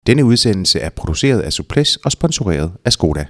Denne udsendelse er produceret af Suples og sponsoreret af Skoda.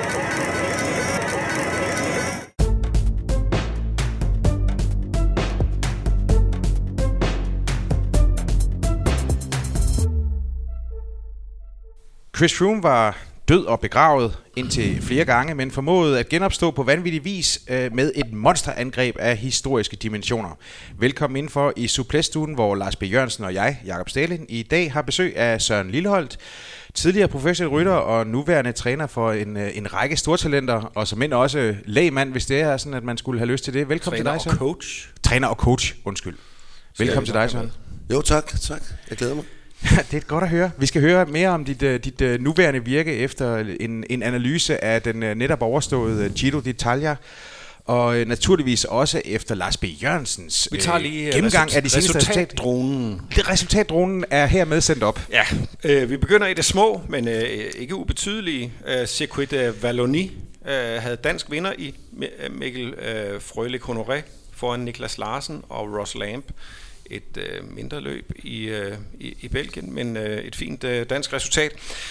Chris Froome var død og begravet indtil flere gange, men formåede at genopstå på vanvittig vis med et monsterangreb af historiske dimensioner. Velkommen indenfor i Suples-stuen, hvor Lars B. Jørgensen og jeg, Jakob Stalin, i dag har besøg af Søren Lilleholt, tidligere professionel rytter og nuværende træner for en række stortalenter, og som end også lægmand, hvis det er sådan, at man skulle have lyst til det. Velkommen til dig, Søren. Træner og coach, undskyld. Velkommen til dig, Søren. Jo, tak. Jeg glæder mig. Det er godt at høre. Vi skal høre mere om dit nuværende virke efter en analyse af den netop overståede Giro d'Italia, og naturligvis også efter Lars B. Jørgensens gennemgang af de seneste resultatdronen. Resultatdronen er hermed sendt op. Ja, vi begynder i det små, men ikke ubetydelige. Circuit Wallonie havde dansk vinder i Mikkel Frølich Honoré foran Niklas Larsen og Ross Lamp. Et mindre løb i Belgien, men et fint dansk resultat.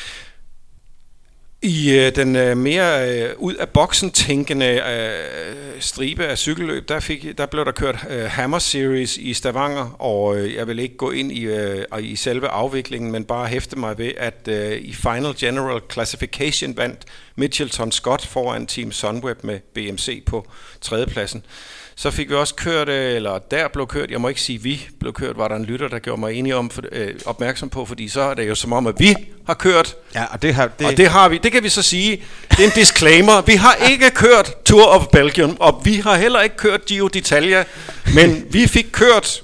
I den mere ud af boksen tænkende stribe af cykelløb, der blev der kørt Hammer Series i Stavanger, og jeg vil ikke gå ind i selve afviklingen, men bare hæfte mig ved, at i Final General Classification vandt Mitchelton Scott foran Team Sunweb med BMC på tredjepladsen. Så fik vi også kørt, eller der blev kørt, jeg må ikke sige vi blev kørt, var der en lytter, der gjorde mig enig om, opmærksom på, fordi så er det jo som om, at vi har kørt. Ja, og det har vi, det kan vi så sige, det er en disclaimer. Vi har ikke kørt Tour of Belgium, og vi har heller ikke kørt Giro d'Italia, men vi fik kørt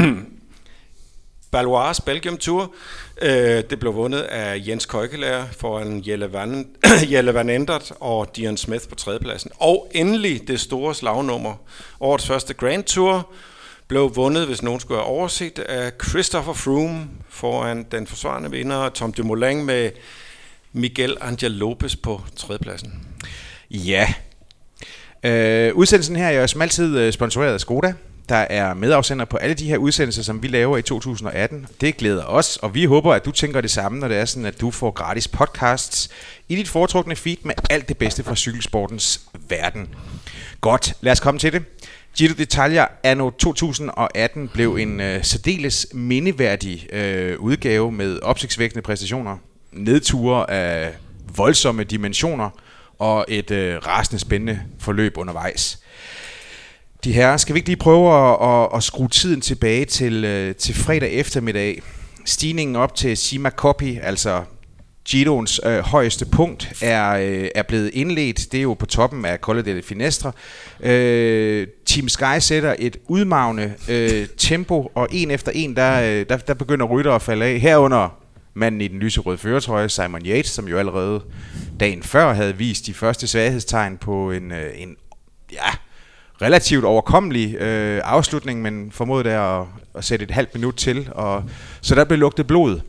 Balois Belgium Tour. Det blev vundet af Jens Keukelaer foran Jelle Van Endert og Dion Smith på tredjepladsen. Og endelig det store slagnummer. Årets første Grand Tour blev vundet, hvis nogen skulle have overset, af Christopher Froome foran den forsvarende vinder Tom Dumoulin med Miguel Angel Lopez på tredjepladsen. Ja. Udsendelsen her er jo som altid sponsoreret af Skoda, der er medafsender på alle de her udsendelser, som vi laver i 2018. Det glæder os, og vi håber, at du tænker det samme, når det er sådan, at du får gratis podcasts i dit foretrukne feed med alt det bedste fra cykelsportens verden. Godt, lad os komme til det. Giro d'Italia anno 2018 blev en særdeles mindeværdig udgave med opsigtsvækkende præstationer, nedture af voldsomme dimensioner og et rasende spændende forløb undervejs. De her, skal vi ikke lige prøve at skrue tiden tilbage til fredag eftermiddag? Stigningen op til Cima Coppi, altså Giroens højeste punkt, er blevet indledt. Det er jo på toppen af Colle delle Finestre. Team Sky sætter et udmagende tempo, og en efter en, der begynder rytter at falde af. Herunder manden i den lyserøde førertrøje, Simon Yates, som jo allerede dagen før havde vist de første svaghedstegn på en relativt overkommelig afslutning, men formåede der at sætte et halvt minut til, og så der blev lugtet blod.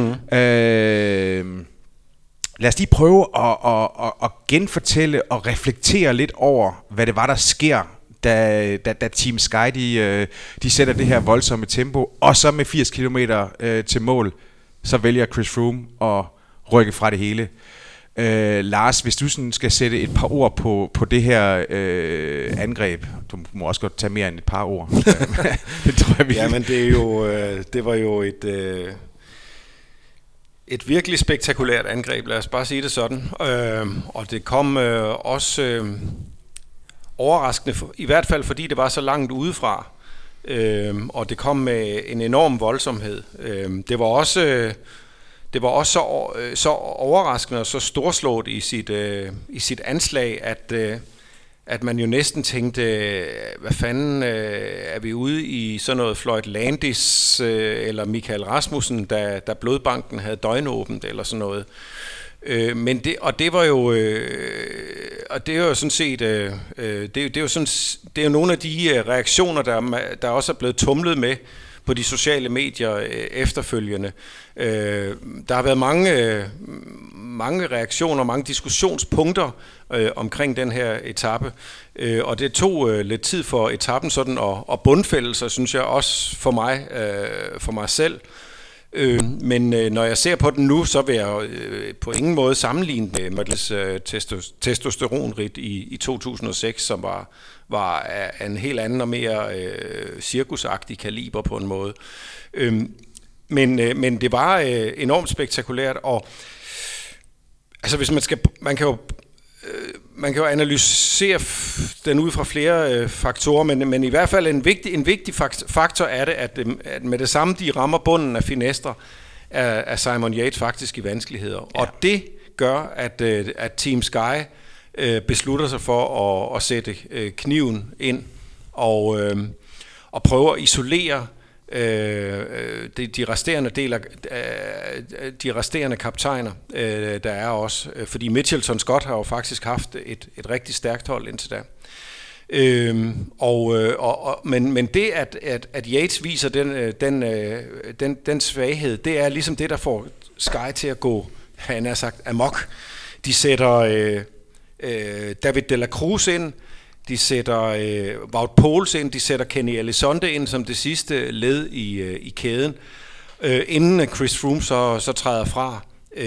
Lad os lige prøve at genfortælle og reflektere lidt over, hvad det var, der sker, da Team Sky de sætter det her voldsomme tempo, og så med 80 km til mål, så vælger Chris Froome at rykke fra det hele. Lars, hvis du sådan skal sætte et par ord på det her angreb, du må også godt tage mere end et par ord. Det tror jeg virkelig. Jamen det var jo et virkelig spektakulært angreb, lad os bare sige det sådan. Og det kom også overraskende, i hvert fald fordi det var så langt udefra. Og det kom med en enorm voldsomhed. Det var også så overraskende og så storslået i sit anslag, at man jo næsten tænkte, hvad fanden er vi ude i sådan noget Floyd Landis eller Michael Rasmussen, da blodbanken havde døgnåbent eller sådan noget. Men det var jo sådan set det er jo nogle af de reaktioner der også er blevet tumlet med på de sociale medier efterfølgende. Der har været mange reaktioner, mange diskussionspunkter omkring den her etape, og det tog lidt tid for etappen sådan at bundfælde sig, synes jeg, også for mig selv. Men når jeg ser på den nu, så vil jeg på ingen måde sammenligne det med testosteronrit i 2006, som var af en helt anden og mere cirkusagtig kaliber på en måde. Men det var enormt spektakulært, og altså hvis man kan jo analysere den ud fra flere faktorer, men i hvert fald en vigtig faktor er det, at med det samme, de rammer bunden af finestre, er Simon Yates faktisk i vanskeligheder. Ja. Og det gør, at Team Sky beslutter sig for at sætte kniven ind og prøve at isolere de resterende kaptajner, der er også, fordi Mitchelton Scott har jo faktisk haft et rigtig stærkt hold indtil da. Men det at Yates viser den svaghed, det er ligesom det, der får Sky til at gå, han har sagt, amok. De sætter David de la Cruz ind, de sætter Wout Poels ind, de sætter Kenny Elizonde ind som det sidste led i kæden, inden Chris Froome så træder fra,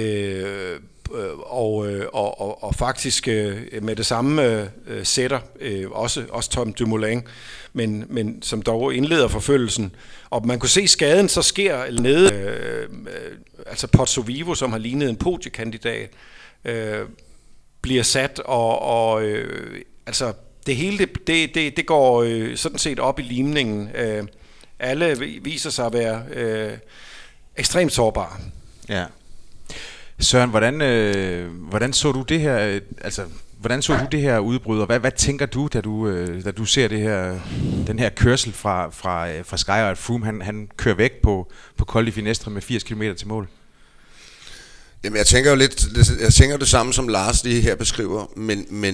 og faktisk med det samme sætter også Tom Dumoulin, men som dog indleder forfølgelsen. Og man kunne se skaden så sker nede, altså Pozzovivo, som har lignet en podiekandidat, bliver sat, altså det hele, det går sådan set op i limningen. Alle viser sig at være ekstremt sårbare. Ja. Søren, hvordan så du det her? Altså, hvordan så du det her udbrud, og hvad tænker du, da du ser den her kørsel fra Sky, og at Froome han kører væk på Col di Finestre med 80 km til mål? Jamen, jeg tænker det samme, som Lars lige her beskriver, men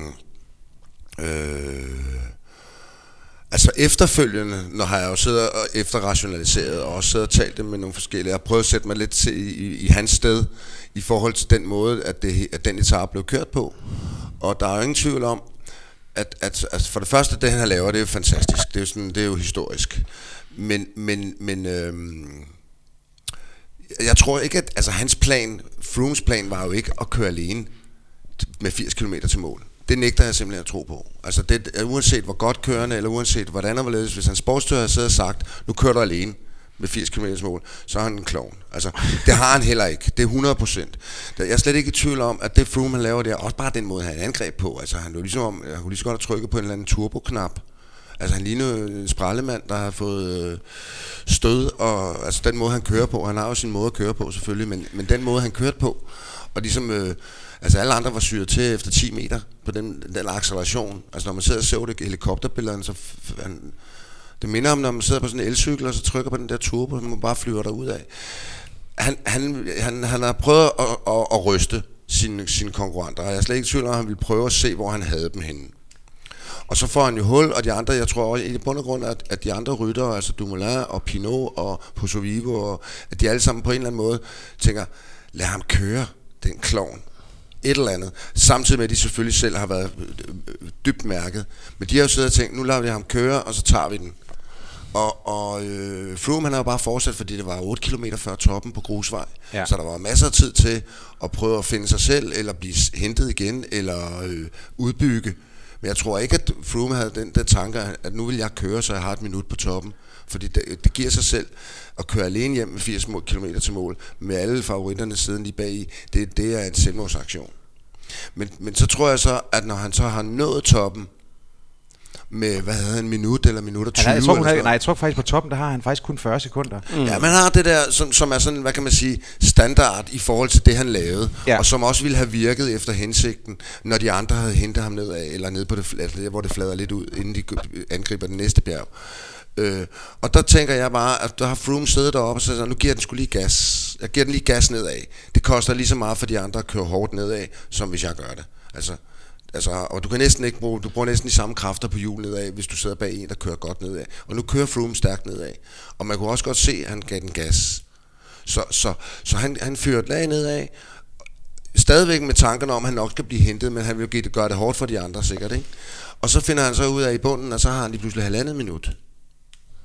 altså efterfølgende, når jeg jo sidder og efterrationaliseret og også sidder og talt det med nogle forskellige, jeg har prøvet at sætte mig lidt til i hans sted i forhold til den måde, at den etape blev kørt på. Og der er jo ingen tvivl om, at for det første, det han laver, det er jo fantastisk. Det er jo historisk. Men jeg tror ikke, at altså hans plan, Froomes plan, var jo ikke at køre alene med 80 km til mål. Det nægter jeg simpelthen at tro på. Altså det, uanset hvor godt kørende, eller uanset hvordan og hvorledes, hvis han sportsdyr har siddet og sagt, nu kører du alene med 80 km mål, så er han en klovn. Altså, det har han heller ikke. Det er 100%. Jeg er slet ikke i tvivl om, at det Froome han laver, det er også bare den måde, han angreb på. Altså, han kunne lige så godt have trykket på en eller anden turboknap. Altså, han ligner en sprallemand, der har fået stød, og altså den måde, han kører på. Han har jo sin måde at køre på, selvfølgelig, men den måde, han kørte på, og ligesom altså alle andre var syret til efter 10 meter på den acceleration. Altså når man sidder og ser det helikopterbillederne, så det minder om, når man sidder på sådan en elcykel, og så trykker på den der turbo, så man bare flyver derud af. Han har prøvet at ryste sine konkurrenter, og jeg er slet ikke i tvivl om, at han ville prøve at se, hvor han havde dem henne. Og så får han jo hul, og de andre, jeg tror også i bund og grund, at de andre ryttere, altså Dumoulin og Pinot og Pozzovivo, og at de alle sammen på en eller anden måde tænker, lad ham køre, den klovn. Et eller andet. Samtidig med, at de selvfølgelig selv har været dybt mærket. Men de har jo siddet og tænkt, nu lader vi ham køre, og så tager vi den. Og Froome, han har jo bare fortsat, fordi det var 8 km før toppen på grusvej. Ja. Så der var masser af tid til at prøve at finde sig selv, eller blive hentet igen, eller udbygge. Men jeg tror ikke, at Froome havde den der tanke, at nu vil jeg køre, så jeg har et minut på toppen. Fordi det giver sig selv at køre alene hjem med 80 km til mål, med alle favoritterne siden lige bag i, det er en selvmordsaktion. Men så tror jeg så, at når han så har nået toppen, med, hvad havde han, minut eller minut og 20? Jeg tror faktisk på toppen, der har han faktisk kun 40 sekunder. Ja, man har det der, som er sådan, hvad kan man sige, standard i forhold til det, han lavede, ja. Og som også ville have virket efter hensigten, når de andre havde hentet ham nedad, eller ned på det, hvor det flader lidt ud, inden de angriber den næste bjerg. Og der tænker jeg bare, at der har Froome siddet deroppe og sagt, nu giver den sgu lige gas. Jeg giver den lige gas nedad. Det koster lige så meget for de andre at køre hårdt nedad, som hvis jeg gør det. Altså, og du kan næsten ikke du bruger næsten de samme kræfter på hjulet nedad, hvis du sidder bag en, der kører godt nedad. Og nu kører Froome stærkt nedad. Og man kunne også godt se, at han gav den gas. Så han fører et lag nedad. Stadigvæk med tankerne om, at han nok skal blive hentet, men han vil gøre det hårdt for de andre, sikkert, ikke? Og så finder han så ud af i bunden, og så har han lige pludselig 1,5 minut.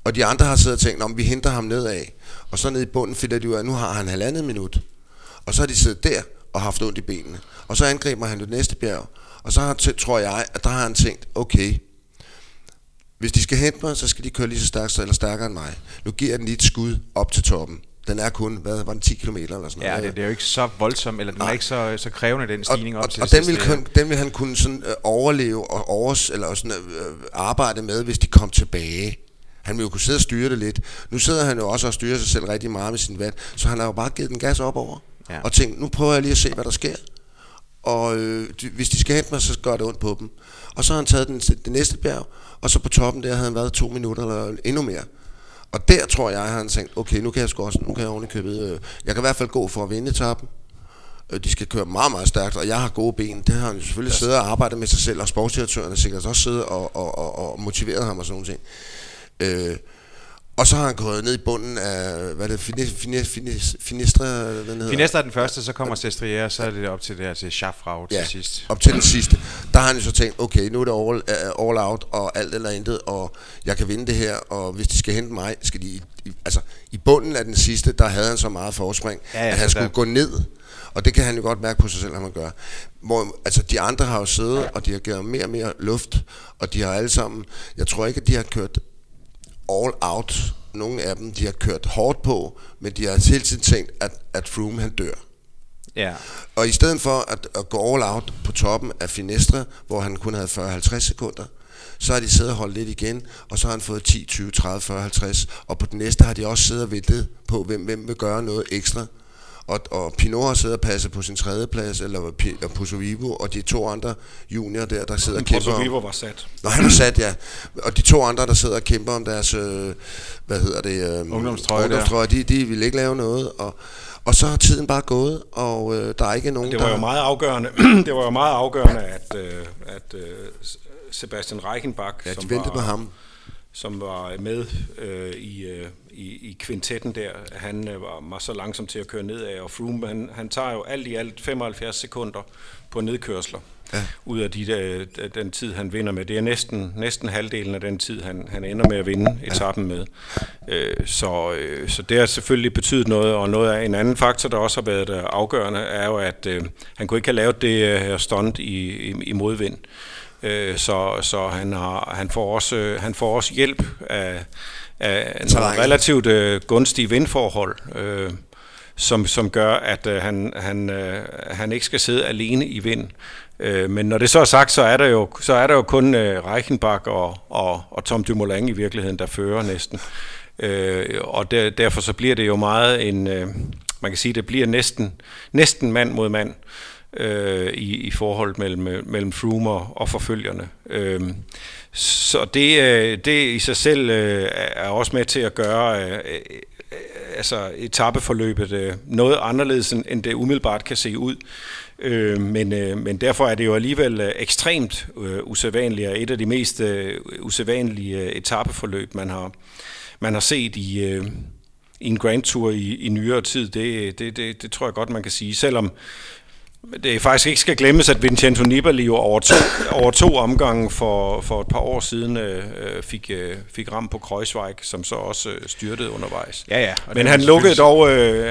Og de andre har siddet og tænkt, om vi henter ham nedad. Og så nede i bunden finder de ud af, at nu har han 1,5 minut. Og så har de siddet der og haft ondt i benene. Og så angriber han det næste bjerg. Og så tror jeg, at der har han tænkt, okay, hvis de skal hente mig, så skal de køre lige så stærkt eller stærkere end mig. Nu giver jeg den lige et skud op til toppen. Den er kun, hvad var den, 10 km eller sådan noget? Ja, det er jo ikke så voldsom, eller den er ikke så krævende, den stigning op til og den vil han kunne sådan overleve og arbejde med, hvis de kom tilbage. Han vil jo kunne sidde og styre det lidt. Nu sidder han jo også og styrer sig selv rigtig meget med sin vat, så han har jo bare givet den gas op over. Ja. Og tænkt, nu prøver jeg lige at se, hvad der sker. Og hvis de skal hente mig, så gør det ondt på dem. Og så har han taget det næste bjerg, og så på toppen der havde han været 2 minutter eller endnu mere. Og der tror jeg, han tænkt, okay, nu kan jeg ordentligt købe. Jeg kan i hvert fald gå for at vinde etappen. De skal køre meget, meget stærkt, og jeg har gode ben. Det har han jo selvfølgelig siddet og arbejdet med sig selv, og sportsdirektøren sikkert også siddet og motiveret ham og sådan nogle ting. Og så har han gået ned i bunden af, hvad er det, Finestre? Finestre er den første, så kommer Sestriere, og så er det op til det her til Schaffrau til sidst. Op til den sidste. Der har han jo så tænkt, okay, nu er det all out, og alt eller intet, og jeg kan vinde det her, og hvis de skal hente mig, skal de... Altså, i bunden af den sidste, der havde han så meget forspring, at han skulle gå ned. Og det kan han jo godt mærke på sig selv, at man gør. Altså, de andre har jo siddet, og de har givet mere og mere luft, og de har alle sammen... Jeg tror ikke, at de har kørt all out. Nogle af dem, de har kørt hårdt på, men de har hele tiden tænkt, at Froome han dør. Ja. Og i stedet for at gå all out på toppen af Finestre, hvor han kun havde 40-50 sekunder, så har de siddet og holdt lidt igen, og så har han fået 10, 20, 30, 40, 50, og på den næste har de også siddet og ventet på, hvem vil gøre noget ekstra. Og Pinot har siddet og passet på sin 3. plads, eller Pozzovivo, og de 2 andre juniorer der sidder og kæmper om... Pozzovivo var sat. Nå, han var sat, ja. Og de 2 andre, der sidder og kæmper om deres, ungdomstrøje, de ville ikke lave noget, og så har tiden bare gået, og der er ikke nogen, det var jo meget afgørende. Det var jo meget afgørende, at Sebastian Reichenbach, som var med i kvintetten der, han var så langsom til at køre nedad, og Froome, han tager jo alt i alt 75 sekunder på nedkørsler, ud af den tid, han vinder med. Det er næsten halvdelen af den tid, han ender med at vinde etappen med. Så det har selvfølgelig betydet noget, og noget af en anden faktor, der også har været afgørende, er jo, at han kunne ikke have lavet det her stunt i modvind. Så han får også hjælp af nogle relativt gunstige vindforhold, som gør, at han ikke skal sidde alene i vind. Men når det så er sagt, så er der jo kun Reichenbach og Tom Dumoulin i virkeligheden, der fører næsten. Og derfor så bliver det jo meget man kan sige, det bliver næsten mand mod mand. I forhold mellem Froome og forfølgerne. Så det i sig selv er også med til at gøre etapeforløbet noget anderledes, end det umiddelbart kan se ud. Men derfor er det jo alligevel ekstremt usædvanligt, og et af de mest usædvanlige etapeforløb, man har set i en Grand Tour i nyere tid. Det tror jeg godt, man kan sige. Selvom det faktisk ikke skal glemmes, at Vincenzo Nibali jo over to omgange for et par år siden fik ramt på Kreuzweig, som så også styrtede undervejs. Ja. Men han lukkede dog,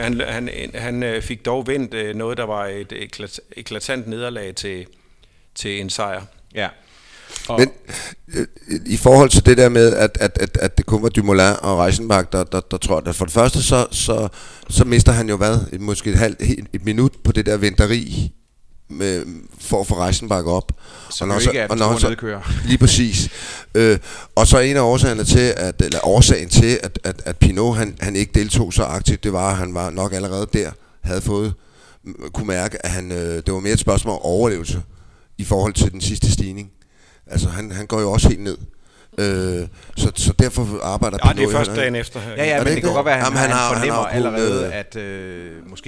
han fik dog vendt noget, der var et eklatant nederlag til en sejr. Ja. Men i forhold til det der med, at det kun var Dumoulin og Reichenbach, der tror jeg, at for det første, så mister han jo måske et minut på det der venteri for at få Reichenbach op. Som jo ikke er den store nedkører. Lige præcis. Og så en af årsagen til, at Pinot han ikke deltog så aktivt, det var, at han var nok allerede der, kunne mærke, at det var mere et spørgsmål om overlevelse i forhold til den sidste stigning. Altså han går jo også helt ned. Så derfor arbejder Pinot. Ja, det er først dagen efter. Ja, men det kan godt være, at han fornemmer allerede, at måske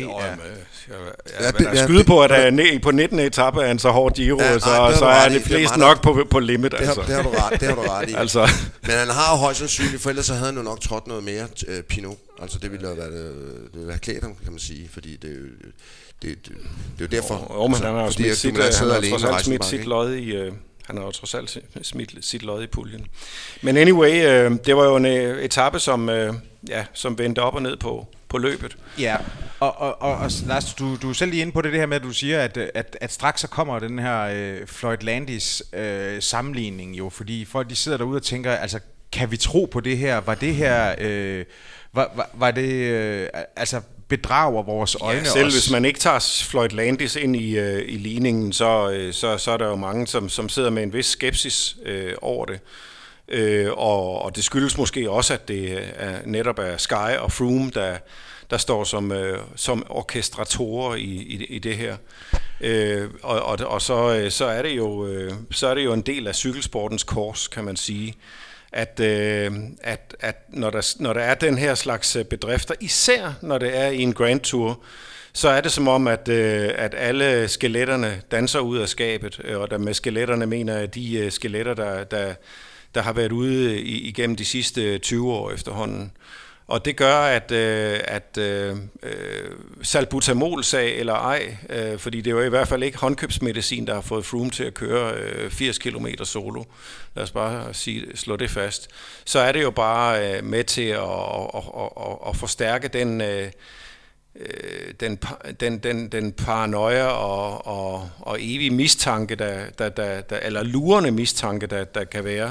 er skyde på, at på 19. etape er han så hård Giro, så er det flest nok på limit. Det har du ret i. Altså. Men han har jo højst sandsynligt, for ellers så havde han jo nok trådt noget mere Pinot. Altså det ville jo være klædt ham, kan man sige, fordi det er jo derfor. Men han har jo smidt sit lod i... Han har jo trods alt smidt sit lod i puljen. Men anyway, det var jo en etape, som vendte op og ned på løbet. Ja, og Lars, du er selv lige inde på det her med, at du siger, at straks så kommer den her Floyd Landis sammenligning jo, fordi folk de sidder derude og tænker, altså kan vi tro på det her? Var det her, var det, altså bedrager vores øjne også? Selv også? Hvis man ikke tager Floyd Landis ind i ligningen, så er der jo mange, som sidder med en vis skepsis over det. Og det skyldes måske også, at det netop er Sky og Froome, der står som orkestratorer i det her. Og så er det jo en del af cykelsportens kors, kan man sige, at når der er den her slags bedrifter, især når det er i en Grand Tour, så er det som om, at alle skeletterne danser ud af skabet, og der med skeletterne mener jeg de skeletter, der har været ude igennem de sidste 20 år efterhånden. Og det gør, at salbutamol-sag eller ej, fordi det er jo i hvert fald ikke håndkøbsmedicin, der har fået Froome til at køre 80 km solo. Lad os bare slå det fast. Så er det jo bare med til at forstærke den paranoia og evige mistanke, eller lurende mistanke, der kan være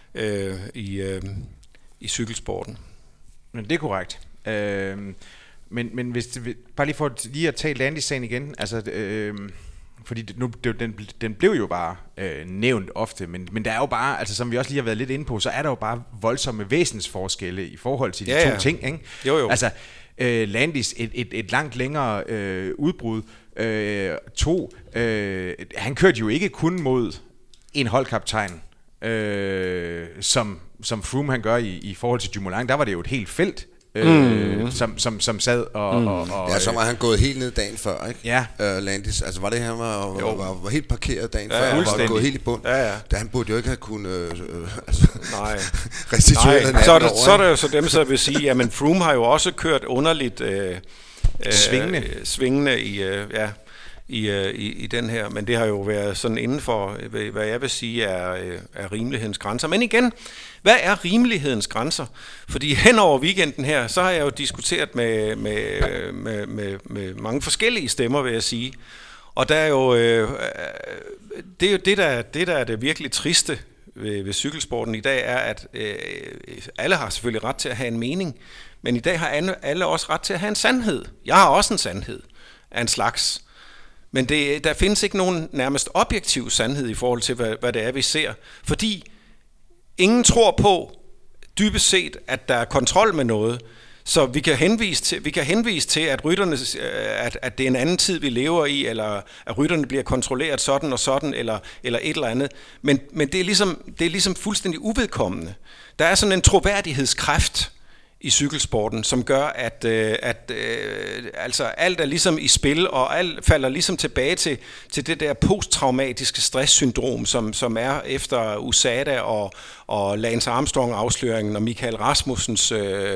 i cykelsporten. Men det er korrekt. Men hvis bare lige for lige at tage Landis-sagen igen, altså fordi den blev jo bare nævnt ofte, men der er jo bare, altså som vi også lige har været lidt inde på, så er der jo bare voldsomme væsensforskelle i forhold til de to ting, ikke? Jo. Altså Landis et langt længere udbrud. Han kørte jo ikke kun mod en holdkaptajn, som Froome han gør i forhold til Dumoulin. Der var det jo et helt felt, som sad og ja, så var han gået helt ned dagen før, ikke? Ja. Landis, altså var det han var helt parkeret dagen før, han var gået helt i bund. Ja. Da han burde jo ikke have kunnet restituere den. Så er der jo så dem, der vil sige, jamen Froome har jo også kørt underligt svingende i den her, men det har jo været sådan inden for, hvad jeg vil sige er rimelighedens grænser. Men igen, hvad er rimelighedens grænser? Fordi hen over weekenden her, så har jeg jo diskuteret med mange forskellige stemmer, vil jeg sige. Og der er jo, det er jo det der er det virkelig triste ved cykelsporten i dag, er, at alle har selvfølgelig ret til at have en mening, men i dag har alle også ret til at have en sandhed. Jeg har også en sandhed af en slags. Men der findes ikke nogen nærmest objektiv sandhed i forhold til, hvad det er, vi ser. Fordi ingen tror på, dybest set, at der er kontrol med noget. Så vi kan henvise til at rytterne, at det er en anden tid, vi lever i, eller at rytterne bliver kontrolleret sådan og sådan, eller et eller andet. Men det er ligesom fuldstændig uvedkommende. Der er sådan en troværdighedskræft i cykelsporten, som gør, at altså alt er ligesom i spil, og alt falder ligesom tilbage til det der posttraumatiske stresssyndrom, som er efter USADA og Lance Armstrong-afsløringen og Michael Rasmussens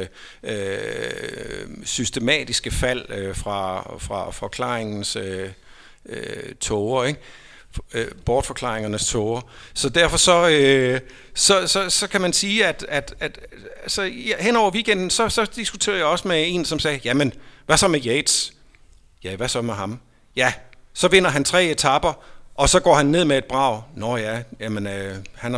systematiske fald fra forklaringens tåger, ikke? Bortforklaringernes tåger. Så derfor så kan man sige, at så hen over weekenden, så diskuterede jeg også med en, som sagde, jamen, hvad så med Yates? Ja, hvad så med ham? Ja, så vinder han 3 etapper, og så går han ned med et brag. Nå ja, jamen, han har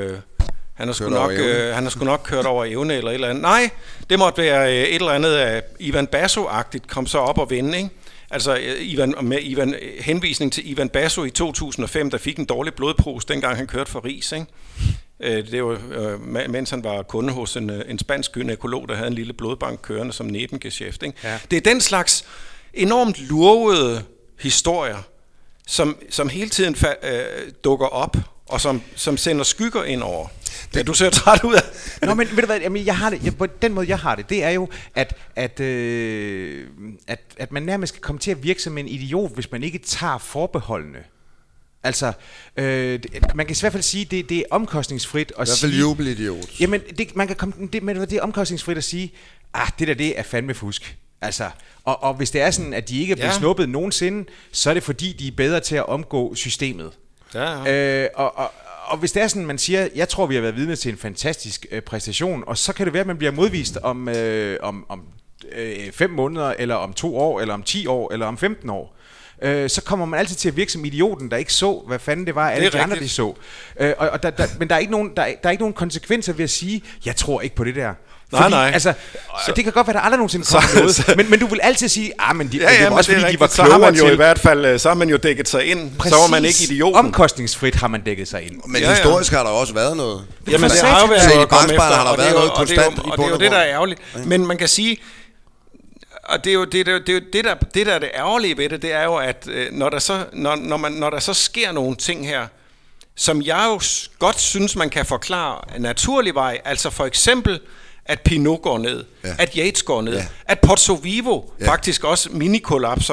sgu nok kørt over evne eller et eller andet. Nej, det måtte være et eller andet Ivan Basso-agtigt, kom så op og vinde, ikke? Altså henvisning til Ivan Basso i 2005, der fik en dårlig blodpros, dengang han kørte for Ries, ikke? Det var, mens han var kunde hos en spansk gynekolog, der havde en lille blodbank kørende som nebengeschæft, ikke? Ja. Det er den slags enormt lurvede historier, som hele tiden dukker op, og som sender skygger ind over. Ja, du ser træt ud af. Nå, men ved du hvad, jamen, jeg har det, på den måde jeg har det er jo, at man nærmest kan komme til at virke som en idiot, hvis man ikke tager forbeholdene. Altså, man kan i hvert fald sige, det er omkostningsfrit at sige... I hvert fald jubelidiot. Jamen, det er omkostningsfrit at sige, det er fandme fusk. Altså, og hvis det er sådan, at de ikke er blevet snuppet nogensinde, så er det fordi, de er bedre til at omgå systemet. Ja. Og hvis det er sådan, man siger, jeg tror, vi har været vidne til en fantastisk præstation, og så kan det være, at man bliver modvist om 5 måneder, eller om 2 år, eller om 10 år, eller om 15 år. Så kommer man altid til at virke som idioten, der ikke så, hvad fanden det var, alle de andre de så. Men der er ikke nogen konsekvenser ved at sige, jeg tror ikke på det der. Fordi, nej. Altså, det kan godt være, der aldrig nogensinde kommer noget, men du vil altid sige, men det var også fordi, de var klogere så har man jo i hvert fald, så har man jo dækket sig ind. Præcis. Så var man ikke idioten. Omkostningsfrit har man dækket sig ind. Men historisk har der også været noget. Jamen, det har jo været noget at komme efter, har der været noget konstant i bund og grund. Og det er jo det, der er ærgerligt. Men man kan sige, og det er jo det der er det ærgerlige ved det, det er jo, at når der så sker nogle ting her, som jeg jo godt synes, man kan forklare af naturlig vej, altså for eksempel, at Pinot går ned, at Yates går ned, at Pozzo Vivo faktisk også minikollapser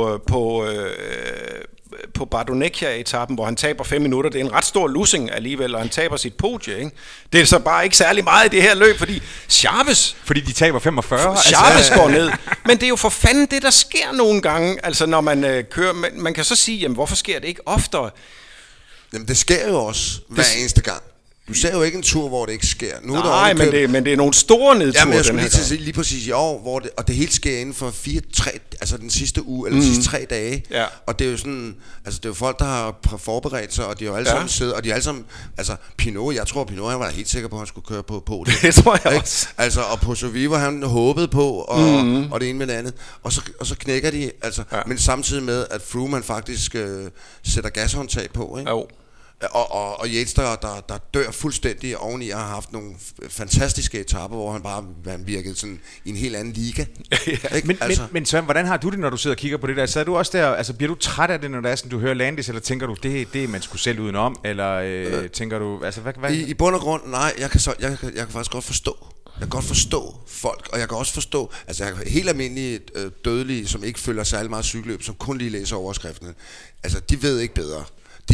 på Bardonecchia-etappen, hvor han taber 5 minutter. Det er en ret stor losing alligevel, og han taber sit podie. Ikke? Det er så bare ikke særlig meget i det her løb, fordi Chaves... Fordi de taber 45. Chaves går ned. Men det er jo for fanden det, der sker nogle gange, altså når man kører... Man kan så sige, jamen hvorfor sker det ikke oftere? Jamen det sker jo også hver eneste gang. Du ser jo ikke en tur, hvor det ikke sker. Nu nej, men det er nogle store nedture. Jamen jeg skulle lige til at sige, lige præcis i år, hvor det hele sker inden for 4-3, altså den sidste uge, eller de sidste 3 dage. Ja. Og det er jo sådan, altså det er jo folk, der har forberedt sig, og de har jo alle sammen siddet, og de har alle sammen, altså Pinot, jeg tror Pinot, han var helt sikker på, at han skulle køre på det. Det tror jeg også. Altså, og på Sovivo, han håbede på, og det ene med det andet. Og så knækker de, altså, men samtidig med, at Froome, han faktisk sætter gashåndtag på, ikke? Jo. Og Yates, der dør fuldstændig oveni, og har haft nogle fantastiske etaper, hvor han virkede sådan i en helt anden liga. Men Søren, hvordan har du det, når du sidder og kigger på det der? Så er du også der, altså bliver du træt af det, når det er sådan, du hører Landis, eller tænker du, det man skulle selv udenom, eller tænker du, altså hvad? I bund og grund, nej, jeg kan faktisk godt forstå. Jeg kan godt forstå folk, og jeg kan også forstå, altså helt almindelige dødelige, som ikke følger særlig meget cykelløb, som kun lige læser overskriftene, altså de ved ikke bedre.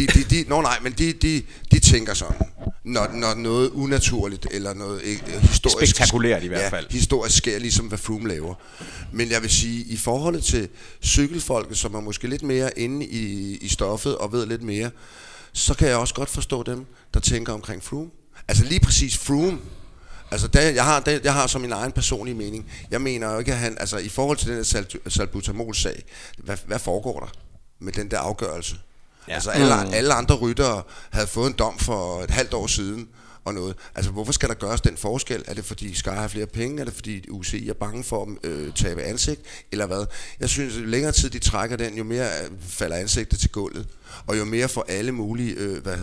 De tænker sådan, når noget unaturligt eller noget historisk spektakulært i hvert fald. Ja, historisk sker, ligesom hvad Froome laver. Men jeg vil sige, i forhold til cykelfolket, som er måske lidt mere inde i stoffet og ved lidt mere, så kan jeg også godt forstå dem, der tænker omkring Froome. Altså lige præcis Froome. Altså jeg har som min egen personlige mening. Jeg mener jo ikke, at han, altså i forhold til den der salbutamol-sag, hvad foregår der med den der afgørelse? Ja. Altså alle andre ryttere havde fået en dom for et halvt år siden og noget. Altså hvorfor skal der gøres den forskel? Er det fordi Sky har flere penge? Er det fordi UCI er bange for at tabe ansigt? Eller hvad? Jeg synes, jo længere tid de trækker den, jo mere falder ansigtet til gulvet. Og jo mere for alle mulige,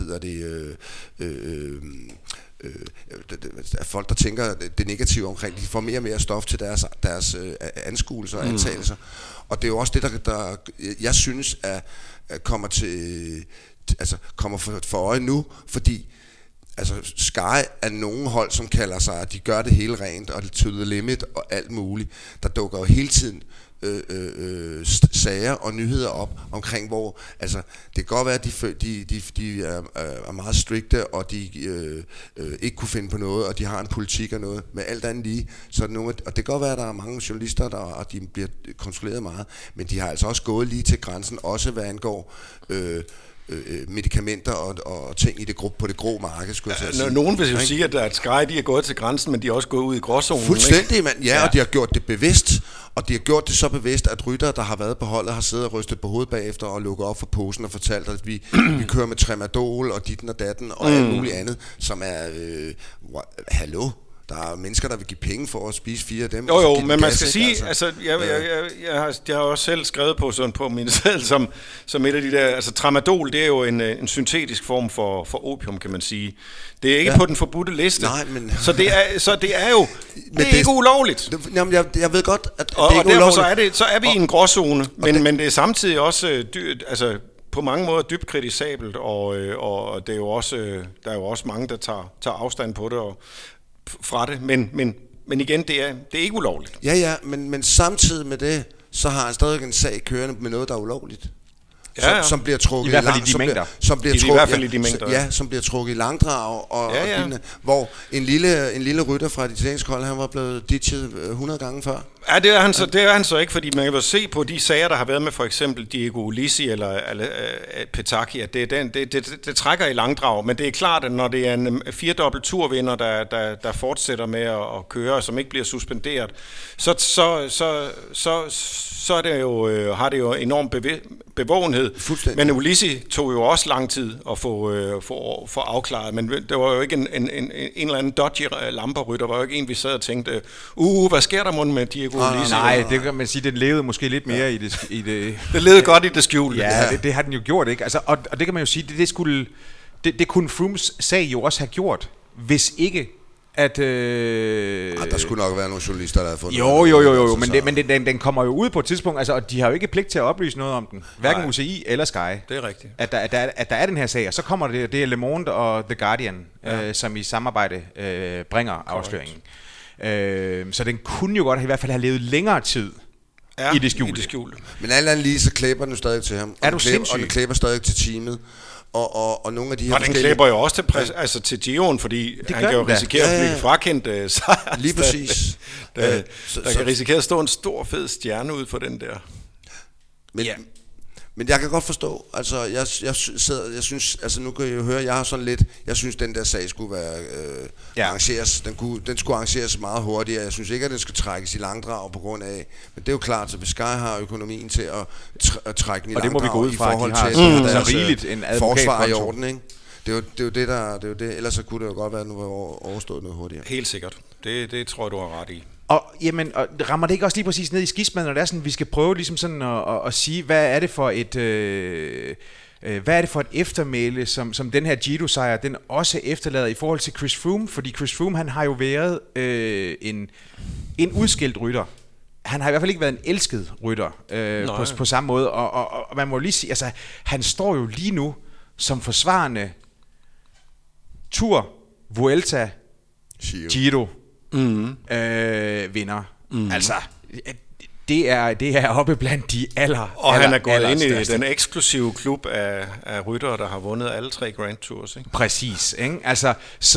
folk, der tænker det negative omkring, de får mere og mere stof til deres anskuelser og antagelser. Og det er jo også det, der jeg synes kommer for øje nu, fordi altså Sky er nogen hold, som kalder sig, at de gør det hele rent, og det to the limit og alt muligt. Der dukker jo hele tiden sager og nyheder op omkring, hvor altså det kan godt være, at de er meget strikte, og de ikke kunne finde på noget, og de har en politik og noget, med alt andet lige, så og det kan godt være, at der er mange journalister, og de bliver kontrolleret meget, men de har altså også gået lige til grænsen, også hvad angår medicamenter og ting i på det grå marked, skulle jeg sige. Nogen vil jo sige, at Sky de er gået til grænsen, men de er også gået ud i gråzonen. Fuldstændig, mand. Ja, og de har gjort det bevidst, og de har gjort det så bevidst, at ryttere, der har været på holdet, har siddet og rystet på hovedet bagefter og lukket op for posen og fortalt, at vi kører med tramadol og ditten og datten og alt muligt andet, som er hallo. Der er mennesker, der vil give penge for at spise 4 af dem. Jo, men man skal sige, altså jeg har også selv skrevet på min seddel som et af de der, altså tramadol, det er jo en syntetisk form for opium, kan man sige. Det er ikke på den forbudte liste. Nej, men så det er jo det er ikke ulovligt. Jamen jeg ved godt, at og det er ikke ulovligt. Så er vi i en gråzone, men det er samtidig også altså på mange måder dybt kritisabelt, og det er jo også der er jo også mange, der tager afstand på det og fra det, men igen, det er ikke ulovligt. Ja, men samtidig med det, så har han stadig en sag kørende med noget, der er ulovligt. som bliver trukket i hvert fald i de mængder. Som bliver trukket, i hvert fald i de mængder. Ja, som bliver trukket i langdrag og hvor en lille rytter fra det italienske hold, han var blevet ditchet 100 gange før. Ja, det er han så ikke, fordi man kan se på de sager, der har været med for eksempel Diego Ulissi eller Petacchi, at det trækker i langdrag, men det er klart, at når det er en 4-dobbelt turvinder, der fortsætter med at køre, som ikke bliver suspenderet, så er det jo, har det jo enorm bevågenhed. Men Ulissi tog jo også lang tid at få afklaret, men det var jo ikke en eller anden dodgy lamperrytter, var jo ikke en, vi sad og tænkte, hvad sker der mon med Diego Ulissi? Nej, det kan man sige, den levede måske lidt mere i det. Det levede godt i det skjulte. Ja, det har den jo gjort, ikke? Altså, og det kan man jo sige, det kunne Froomes sag jo også have gjort, hvis ikke at der skulle nok være nogle journalister, der havde fundet jo, men den kommer jo ud på et tidspunkt, altså, og de har jo ikke pligt til at oplyse noget om den, hverken UCI eller Sky. Det er rigtigt. At der er den her sag, og så kommer det er Le Monde og The Guardian, som i samarbejde bringer afsløringen. Så den kunne jo godt i hvert fald have levet længere tid i det skjulte. Men alt andet lige, så klæber den stadig til ham. Er du sindssyg? Og den klæber stadig til teamet. Og nogle af de her og den klæber jo også til Giroen, fordi han kan jo risikere at blive frakendt sejr. Lige præcis. Der kan risikere at stå en stor fed stjerne ud for den der. Men jeg kan godt forstå, altså jeg synes, altså nu kan I jo høre, jeg har sådan lidt, jeg synes den der sag skulle være arrangeres, den skulle arrangeres meget hurtigere. Jeg synes ikke, at den skal trækkes i langdrag på grund af, men det er jo klart, så Sky har økonomien til at trække den i langdrag, og det må vi gå ud fra, i forhold til så rigeligt en forsvar i orden, ikke? Det er jo det, ellers så kunne det jo godt være, at nu var overstået noget hurtigere. Helt sikkert. Det tror jeg, du har ret i. Og jamen, og rammer det ikke også lige præcis ned i skismaden, når det er sådan, vi skal prøve ligesom sådan at sige, hvad er det for et eftermæle, som den her Giro-sejr, den også efterlader i forhold til Chris Froome, fordi Chris Froome, han har jo været en udskilt rytter. Han har i hvert fald ikke været en elsket rytter på samme måde, og man må lige sige, altså, han står jo lige nu som forsvarende Tour, Vuelta, Giro vinder. Altså, det er oppe blandt de og han er gået ind i den eksklusive klub af ryttere, der har vundet alle 3 Grand Tours, ikke? Præcis, ikke? Altså,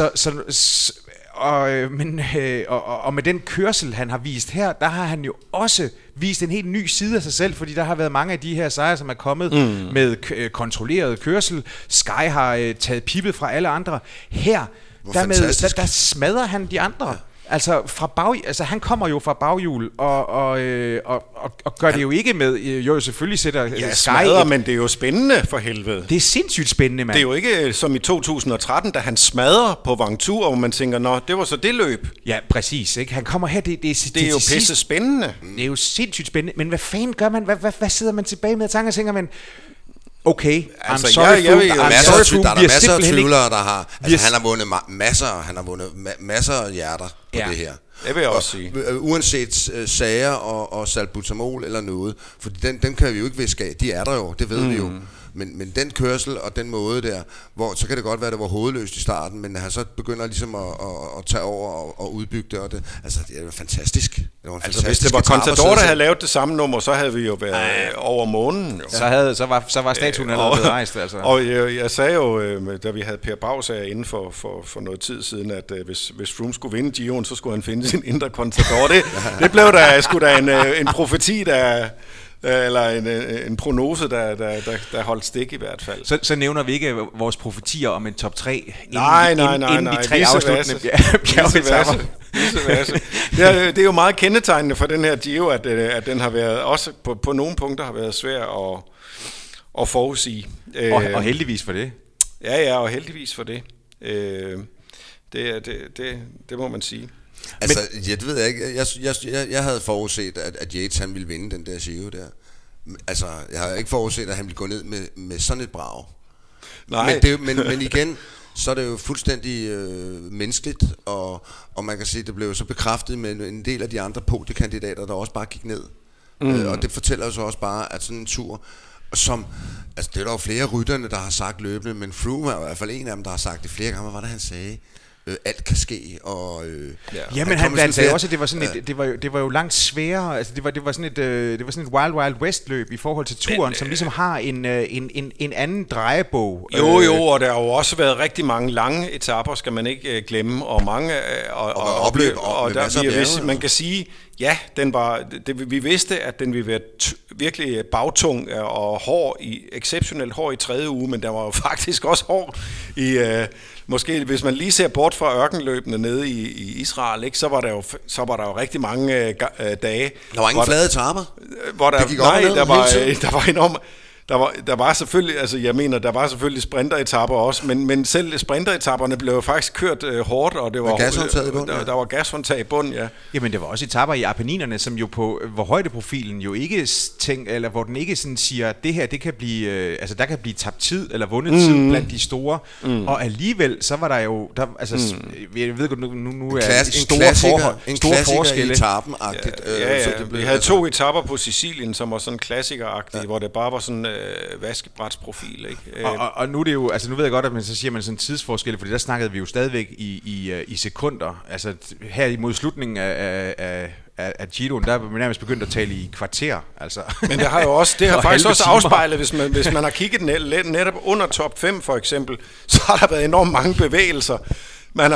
og med den kørsel, han har vist her, der har han jo også vist en helt ny side af sig selv, fordi der har været mange af de her sejre, som er kommet med kontrolleret kørsel. Sky har taget pippet fra alle andre. Her, der smadrer han de andre. Ja. Altså han kommer jo fra baghjul og gør det jo ikke med jo selvfølgelig sætter Sky smadrer, men det er jo spændende for helvede. Det er sindssygt spændende, mand. Det er jo ikke som i 2013, da han smadrer på Ventoux, og man tænker, det var så det løb. Ja, præcis, ikke? Han kommer her, det er jo pisse spændende. Det er jo sindssygt spændende, men hvad fanden gør man? Hvad sidder man tilbage med og tænker man? Okay, altså, der er masser af tvivlere, der har. Altså, han har vundet masser af hjerter på det her. Det vil jeg også sige. Uanset sager og salbutamol eller noget, for dem kan vi jo ikke viske af. De er der jo, det ved vi jo. Men den kørsel og den måde der, hvor så kan det godt være, at det var hovedløst i starten, men han så begynder ligesom at tage over og udbygge det, og det, altså det er jo fantastisk. Hvis det var Contador, der havde lavet det samme nummer, så havde vi jo været over månen. Jo. Så var statuen allerede blevet rejst. Altså. Og jeg sagde jo, da vi havde Per Bagsager inden for noget tid siden, at hvis Froome skulle vinde Giroen, så skulle han finde sin indre Contador. Det blev sgu da en profeti, eller en prognose, der holdt stik i hvert fald. Så nævner vi ikke vores profetier om en top 3 nej. de 3 afsluttende bjergetaper. Det er jo meget kendetegnende for den her Giro, at den har været også på nogle punkter har været svær at forudsige. Og heldigvis for det. Ja, og heldigvis for det. Det må man sige. Altså, det ved jeg ikke. Jeg havde forudset, at Yates han ville vinde den der Giro der. Altså, jeg har ikke forudset, at han ville gå ned med sådan et brag. Nej. Men igen, så er det jo fuldstændig menneskeligt, og man kan sige, det blev så bekræftet med en del af de andre podiekandidater, der også bare gik ned. Og det fortæller jo så også bare, at sådan en tur, som, altså det er der jo flere rytterne, der har sagt løbende, men Froome er i hvert fald en af dem, der har sagt det flere gange. Hvad var det, han sagde? alt kan ske. Og, ja, men han sagde også, at det var sådan det var jo langt sværere. Altså det var sådan et Wild Wild West løb i forhold til turen, som ligesom har en anden drejebog. Jo, og der har jo også været rigtig mange lange etaper, skal man ikke glemme, og mange og der, man kan sige, ja, vi vidste, at den ville være virkelig bagtung og exceptionelt hård i 3. uge, men der var jo faktisk også hård i måske, hvis man lige ser bort fra ørkenløbene nede i Israel, ikke, så var der jo rigtig mange dage. Der var ingen flade etaper. Der var enormt. Der var selvfølgelig, altså jeg mener, der var selvfølgelig sprinteretapper også, men selv sprinteretaperne blev jo faktisk kørt hårdt, og det var gashåndtag i bunden, der var gashåndtag i bunden, ja. Jamen det var også etapper i Apenninerne, som jo hvor højdeprofilen jo ikke eller hvor den ikke sådan siger, det her, det kan blive, altså der kan blive tabt tid eller vundet tid blandt de store, og alligevel så var der jo, jeg ved godt nu er en store forskelle i etappen-agtigt. Vi havde 2 etapper på Sicilien, som var sådan klassiker-agtige, hvor det bare var sådan vaskebrætsprofil, ikke? Og nu er det jo, altså nu ved jeg godt, at man så siger man sådan en tidsforskel, fordi der snakkede vi jo stadigvæk i sekunder. Altså her imod slutningen af Giroen, der er man nærmest begyndt at tale i kvarter. Altså. Men det har jo også, det har faktisk også afspejlet, hvis man har kigget netop under top 5 for eksempel, så har der været enormt mange bevægelser. Man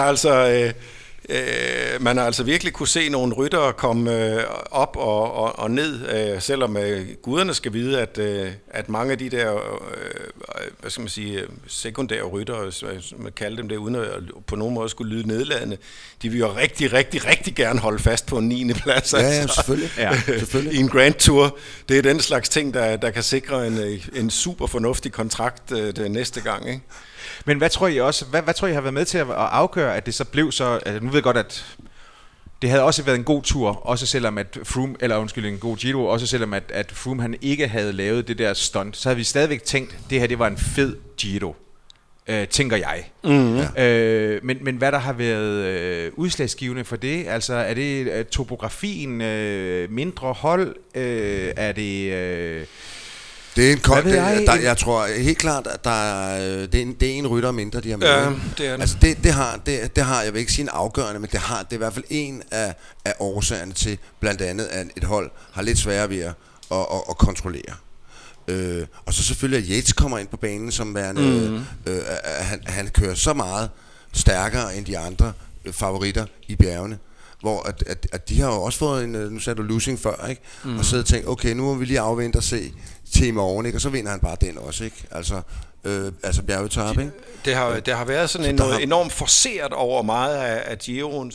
har altså virkelig kunne se nogle ryttere komme op og ned, selvom guderne skal vide, at mange af de der, hvad skal man sige, sekundære ryttere, man kalder dem det, uden at på nogen måde skulle lyde nedladende, de vil jo rigtig, rigtig, rigtig gerne holde fast på en 9. plads. Ja, selvfølgelig. I en Grand Tour. Det er den slags ting, der kan sikre en super fornuftig kontrakt det næste gang, ikke? Men hvad tror I også? Hvad tror I har været med til at afgøre, at det så blev så? Altså, nu ved jeg godt, at det havde også været en god tur, også selvom at Froome, en god Giro, også selvom at Froome han ikke havde lavet det der stunt, så havde vi stadigvæk tænkt, det her det var en fed Giro, tænker jeg. Mm-hmm. Men hvad der har været udslagsgivende for det? Altså er det topografien, mindre hold, er det? Det er en jeg tror helt klart, at det er en rytter mindre, de har med. Ja, det er det. Altså det har, jeg vil ikke sige en afgørende, men det er i hvert fald en af årsagerne til, blandt andet, at et hold har lidt sværere ved at kontrollere. Og så selvfølgelig, at Yates kommer ind på banen som værende, han kører så meget stærkere end de andre favoritter i bjergene. Hvor at de har jo også fået nu sagde du losing før, ikke? Og så tænkt, okay, nu må vi lige afvente og se til i morgen, ikke? Og så vinder han bare den også, ikke? Altså bjergetape, ikke? Det har været sådan noget enormt forceret over meget af Giroen.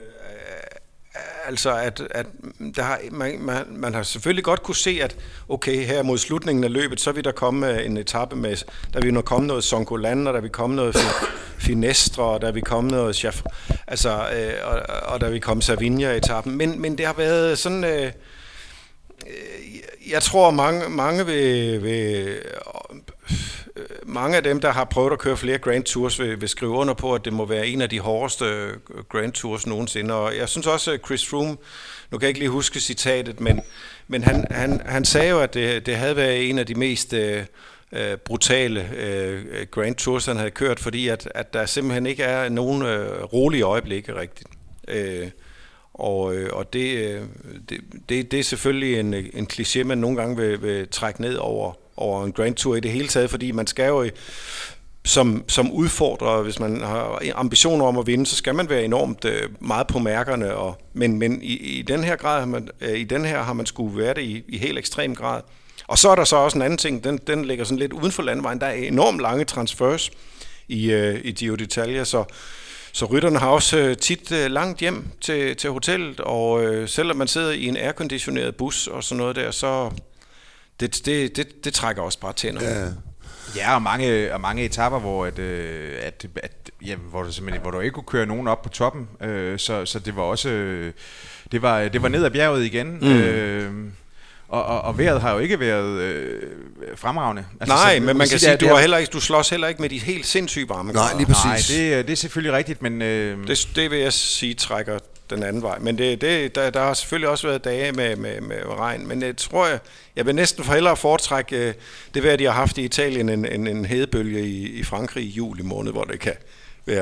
Altså at der har, man har selvfølgelig godt kunne se, at okay, her mod slutningen af løbet, så vil der komme en etape med, der vil komme noget Songolan, og der vil komme noget Finestre, og der vil komme noget Chef, altså, og der vil komme Savinja-etappen, men det har været sådan, jeg tror mange af dem, der har prøvet at køre flere Grand Tours, vil skrive under på, at det må være en af de hårdeste Grand Tours nogensinde. Og jeg synes også, at Chris Froome, nu kan jeg ikke lige huske citatet, men han sagde jo, at det havde været en af de mest brutale Grand Tours, han havde kørt, fordi at der simpelthen ikke er nogen rolige øjeblikke rigtigt. Og det er selvfølgelig en kliché, man nogle gange vil trække ned over en Grand Tour i det hele taget, fordi man skal jo som udfordrer, hvis man har ambitioner om at vinde, så skal man være enormt meget på mærkerne, men i den her grad har man skulle være det i helt ekstrem grad. Og så er der så også en anden ting, den ligger sådan lidt uden for landevejen. Der er enormt lange transfers i Giro d'Italia, så rytterne har også tit langt hjem til hotellet, og selvom man sidder i en airconditioneret bus og sådan noget der, så det trækker også bare tænder. Ja. Ja, og mange etaper, hvor hvor du ikke kunne køre nogen op på toppen, så det var også det var ned ad bjerget igen. Og vejret har jo ikke været fremragende. Altså, nej, men man kan sige, du slås heller ikke med de helt sindssygt varme grader. Nej, lige præcis. Nej, det er selvfølgelig rigtigt, men det vil jeg sige trækker den anden vej. Men der har selvfølgelig også været dage med regn, men jeg tror, jeg vil næsten for hellere foretrække det vejr, de har haft i Italien, en hedebølge i Frankrig i juli måned, hvor det kan være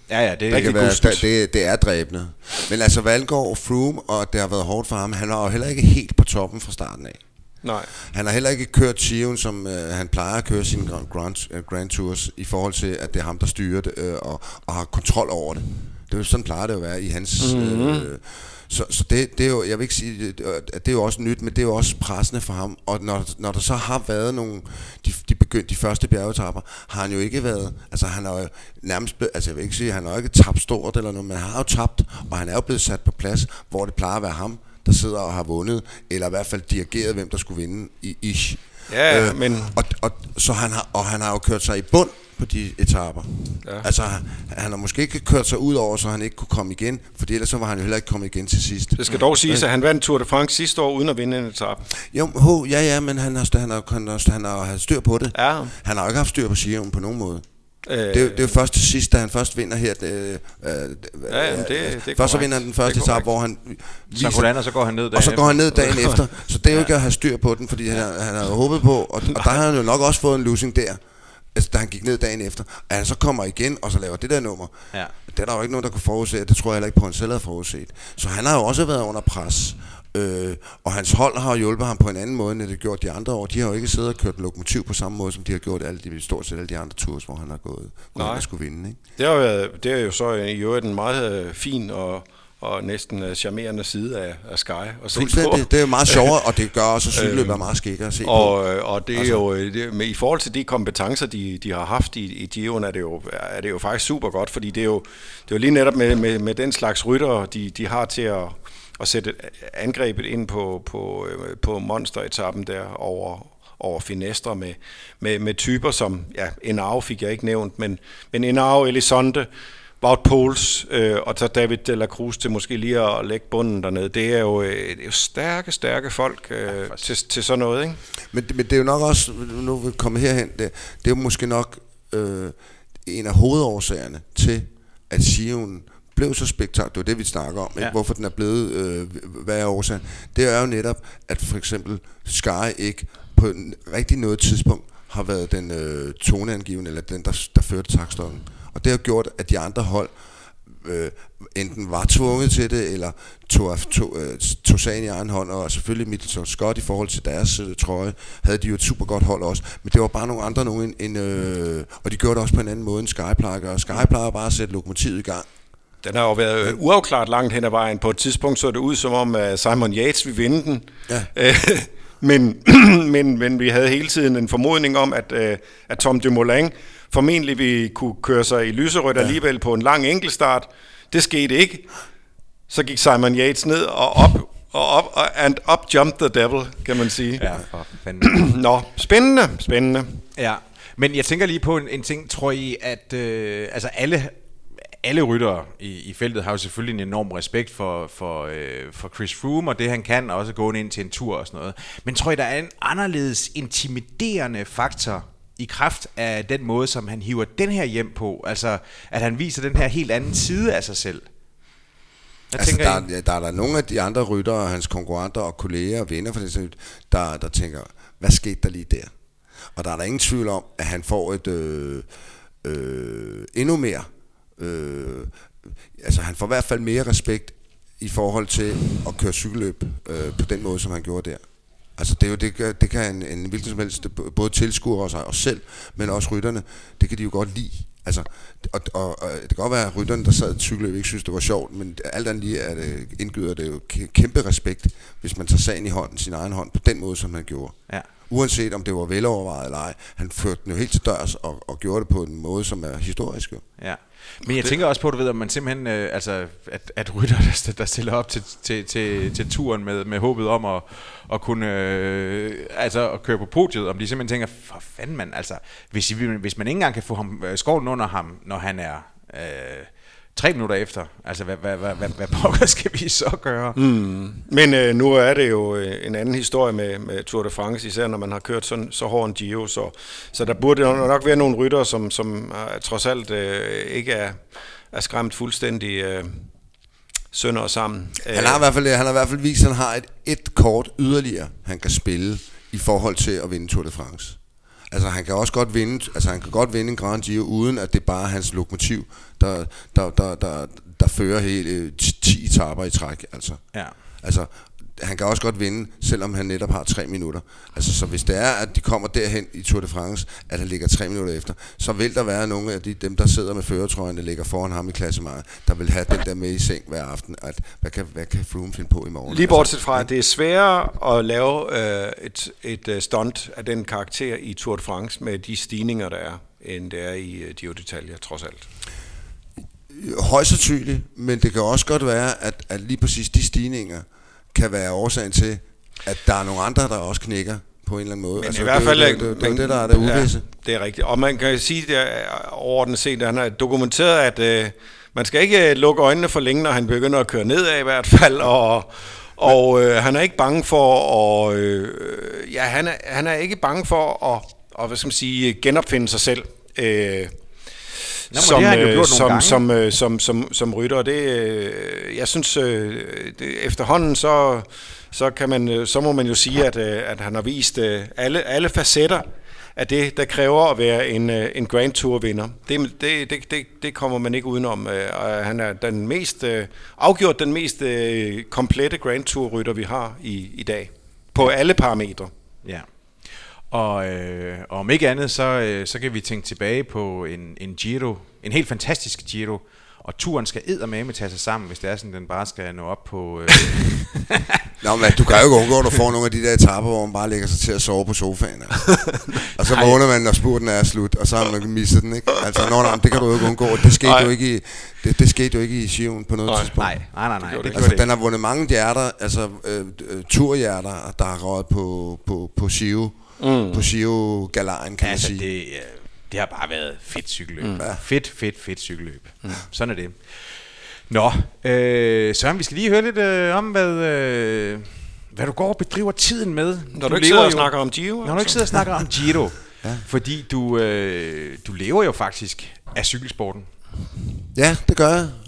Ja, det er det kan være, gustent. det er dræbende. Men altså, hvad angår Froome, og det har været hårdt for ham, han var jo heller ikke helt på toppen fra starten af. Nej. Han har heller ikke kørt Giroen, som han plejer at køre sine Grand Tours, i forhold til, at det er ham, der styrer det, og har kontrol over det. Det er jo sådan, plejer det at være i hans... Så det er jo, jeg vil ikke sige, at det er jo også nyt, men det er jo også pressende for ham. Og når der så har været nogle, de første bjergetapper, har han jo ikke været, altså han har jo nærmest, altså jeg vil ikke sige, han har jo ikke tabt stort eller noget, men han har jo tabt, og han er jo blevet sat på plads, hvor det plejer at være ham, der sidder og har vundet, eller i hvert fald dirigeret, hvem der skulle vinde i ish. Ja, men... Så han har jo kørt sig i bund på de etaper. Ja. Altså, han har måske ikke kørt sig ud over, så han ikke kunne komme igen, for ellers så var han jo heller ikke kommet igen til sidst. Det skal dog siges, at han vandt Tour de France sidste år, uden at vinde en etape. Jo, men han har haft styr på det. Ja. Han har jo ikke haft styr på Giroen på nogen måde. Det er jo først til sidst, da han først vinder her. Først så vinder han den første etape, hvor han viser, så går han ned dagen og så går han ned dagen efter. Så det er jo ikke at have styr på den, fordi han har jo håbet på, og der har han jo nok også fået en losing der, altså, da han gik ned dagen efter. At han så kommer igen, og så laver det der nummer. Ja. Det er der jo ikke nogen, der kunne forudse. Det tror jeg heller ikke på, han selv havde forudset. Så han har jo også været under pres. Og hans hold har hjulpet ham på en anden måde, end det har gjort de andre år. De har jo ikke siddet og kørt lokomotiv på samme måde, som de har gjort stort set alle de andre tours, hvor han har gået og skulle vinde. Ikke? Det er jo så i øvrigt en meget fin og næsten charmerende side af Sky at se på. Det er jo meget sjovere, og det gør også, at cykelløb er meget skækkere at se på. Og det er jo, i forhold til de kompetencer, de har haft i Giroen, er det jo faktisk super godt, fordi det er jo lige netop med den slags ryttere, de har til at sætte angrebet ind på monsteretappen der over Finestre med typer som, ja, Henao fik jeg ikke nævnt, men Henao, Elizondo, Wout Poels og så David de la Cruz til måske lige at lægge bunden dernede. Det er jo stærke folk til sådan noget, ikke? Men det er jo nok også, nu vil vi komme herhen, det er jo måske nok en af hovedårsagerne til, at Giroen blev så spektakulær. Det er det, vi snakker om. Ja. Hvorfor den er blevet, hvad er årsagen? Det er jo netop, at for eksempel Sky ikke på rigtig noget tidspunkt har været den toneangivende, eller den, der førte taktstokken. Og det har gjort, at de andre hold enten var tvunget til det, eller tog sagen i egen hånd, og selvfølgelig Mitchelton Scott i forhold til deres trøje, havde de jo et super godt hold også, men det var bare nogle andre og de gjorde det også på en anden måde end Sky plejer, og Sky plejer bare at sætte lokomotivet i gang. Den har jo været uafklaret langt hen ad vejen. På et tidspunkt så det ud som om Simon Yates ville vinde den. Ja. Men vi havde hele tiden en formodning om, at Tom Dumoulin formentlig ville kunne køre sig i lyserødt alligevel på en lang enkeltstart. Det skete ikke. Så gik Simon Yates ned og up jumped the devil, kan man sige. Ja, for fanden. Nå, spændende. Ja, men jeg tænker lige på en ting, tror I, at altså alle ryttere i feltet har jo selvfølgelig en enorm respekt for Chris Froome og det han kan, og også gå ind til en tur og sådan noget. Men tror I, der er en anderledes intimiderende faktor i kraft af den måde, som han hiver den her hjem på? Altså, at han viser den her helt anden side af sig selv? Der er nogle af de andre ryttere, hans konkurrenter og kolleger og venner, for det, der tænker, hvad skete der lige der? Og der er der ingen tvivl om, at han får et endnu mere altså han får i hvert fald mere respekt i forhold til at køre cykelløb på den måde, som han gjorde der. Altså det kan en hvilken som helst, både tilskuere sig os selv, men også rytterne, det kan de jo godt lide. Altså, og det kan godt være, at rytterne, der sad i cykelløb, ikke synes, det var sjovt, men alt andet lige indgyder det jo kæmpe respekt, hvis man tager sagen i hånden, sin egen hånd, på den måde, som han gjorde. Ja. Uanset om det var velovervejet eller ej, han førte den jo helt til dørs og gjorde det på en måde, som er historisk. Jo. Ja. Men jeg tænker også på, du ved, om man simpelthen, at rytter, der stiller op til turen med håbet om at kunne at køre på podiet, om de simpelthen tænker, for fanden mand, altså, hvis man ikke engang kan få ham skovlen under ham, når han er 3 minutter efter, altså hvad pokker skal vi så gøre? Men nu er det jo en anden historie med Tour de France, især når man har kørt så hård en Giro, så der burde nok være nogle ryttere, som trods alt ikke er skræmt fuldstændig sønder og sammen. Han har i hvert fald vist, at han har et kort yderligere, han kan spille i forhold til at vinde Tour de France. Altså han kan også godt vinde, en Grand Giro, uden at det bare er hans lokomotiv, der fører hele 10 etaper i træk. Altså, han kan også godt vinde, selvom han netop har 3 minutter. Altså, så hvis det er, at de kommer derhen i Tour de France, at han ligger 3 minutter efter, så vil der være nogle af dem, der sidder med førertrøjen, der ligger foran ham i klassementet, der vil have den der med i seng hver aften, at hvad kan Froome finde på i morgen? Lige bortset fra, at det er sværere at lave et stunt af den karakter i Tour de France med de stigninger, der er, end det er i Giro d'Italia, trods alt. Højst sandsynligt, men det kan også godt være, at lige præcis de stigninger kan være årsagen til, at der er nogle andre, der også knækker på en eller anden måde. Men altså, i hvert fald det der er det uvisse. Ja, det er rigtigt. Og man kan sige, at overordnet set, at han har dokumenteret, at man skal ikke lukke øjnene for længe, når han begynder at køre nedad i hvert fald, og han er ikke bange for at han er ikke bange for at hvad skal man sige, genopfinde sig selv. Som rytter. Det, jeg synes, efterhånden så må man jo sige, at han har vist alle facetter af det, der kræver at være en Grand Tour vinder. Det kommer man ikke udenom. Han er den mest komplette Grand Tour rytter, vi har i dag på alle parametre. Ja. Og om ikke andet, så kan vi tænke tilbage på en Giro, en helt fantastisk Giro, og turen skal eddermame tage sig sammen, hvis det er sådan, den bare skal nå op på... Nå, men du kan jo ikke undgå, at du får nogle af de der etaper, hvor man bare lægger sig til at sove på sofaen. Og så vågner man, når spurten er slut, og så har man misset den, ikke? Altså, det kan du jo ikke undgå. Det skete jo ikke i Giroen på noget tidspunkt. Nej. Altså, den har vundet mange hjerter, altså turhjerter, der har røget på Giro. På Giro-galaren, kan man sige. Det har bare været fedt cykelløb. Fedt cykelløb. Sådan er det. Nå, Søren, vi skal lige høre lidt om, hvad du går og bedriver tiden med. Når du ikke sidder og snakker om Giro. Når du ikke sidder og snakker om Giro. Fordi du lever jo faktisk af cykelsporten. Ja, det gør jeg.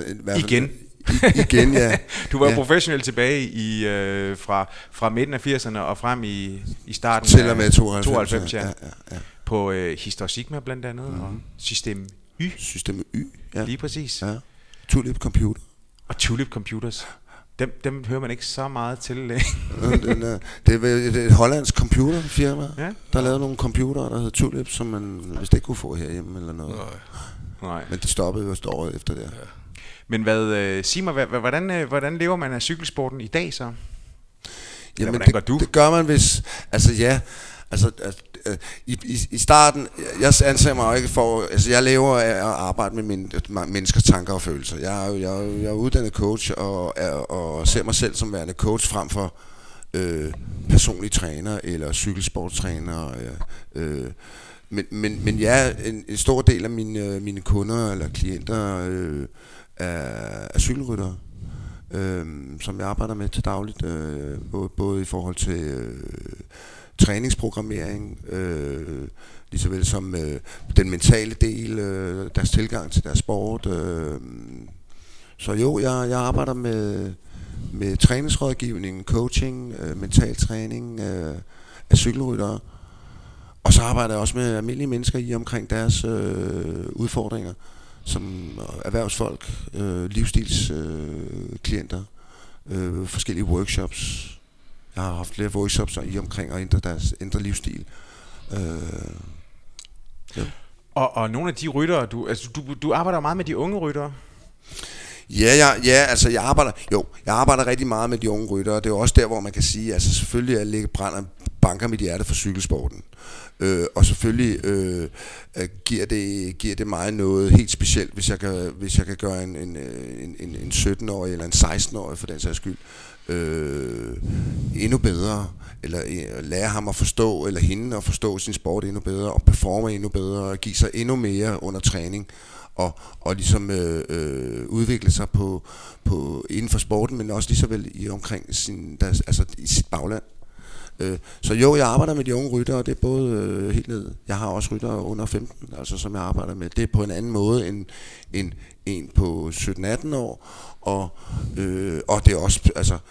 Igen, ja. Du var professionel tilbage i fra midten af 80'erne og frem i starten til og med 92 ja. På Histor Sigma blandt andet og System Y. System Y, ja. Lige præcis. Ja. Tulip Computer. Og Tulip Computers. Dem hører man ikke så meget til. Det er et hollandsk computerfirma, der lavede nogle computere, der hedder Tulip, som man vist ikke kunne få herhjemme eller noget. Nej. Men de stoppede jo året efter det. Ja. Men sig mig, hvordan lever man af cykelsporten i dag så? Jamen det gør man hvis, i starten, jeg anser mig ikke for, altså jeg lever af at arbejde med menneskers tanker og følelser. Jeg er uddannet coach og ser mig selv som værende coach frem for personlig træner eller cykelsportstræner. Men ja, en stor del af mine kunder eller klienter er cykelryttere, som jeg arbejder med til dagligt, både i forhold til træningsprogrammering, lige så vel som den mentale del, deres tilgang til deres sport. Så jo, jeg arbejder med træningsrådgivning, coaching, mental træning af cykelryttere. Og så arbejder jeg også med almindelige mennesker i omkring deres udfordringer, som erhvervsfolk, livsstilsklienter, forskellige workshops. Jeg har haft flere workshops i omkring at ændre livsstil. Ja. Og nogle af de ryttere, du arbejder meget med de unge ryttere. Altså jeg arbejder rigtig meget med de unge ryttere. Det er jo også der, hvor man kan sige, altså selvfølgelig at lægge banker mit hjerte for cykelsporten. Og selvfølgelig giver det mig noget helt specielt, hvis jeg kan gøre en 17-årig eller en 16-årig for den sags skyld endnu bedre, eller lære ham at forstå, eller hende at forstå sin sport endnu bedre, og performe endnu bedre, og give sig endnu mere under træning, og ligesom udvikle sig på inden for sporten, men også lige så vel i omkring i sit bagland. Så jo, jeg arbejder med de unge ryttere, og det er både helt ned. Jeg har også ryttere under 15, altså som jeg arbejder med. Det er på en anden måde end en på 17-18 år, og det er også, altså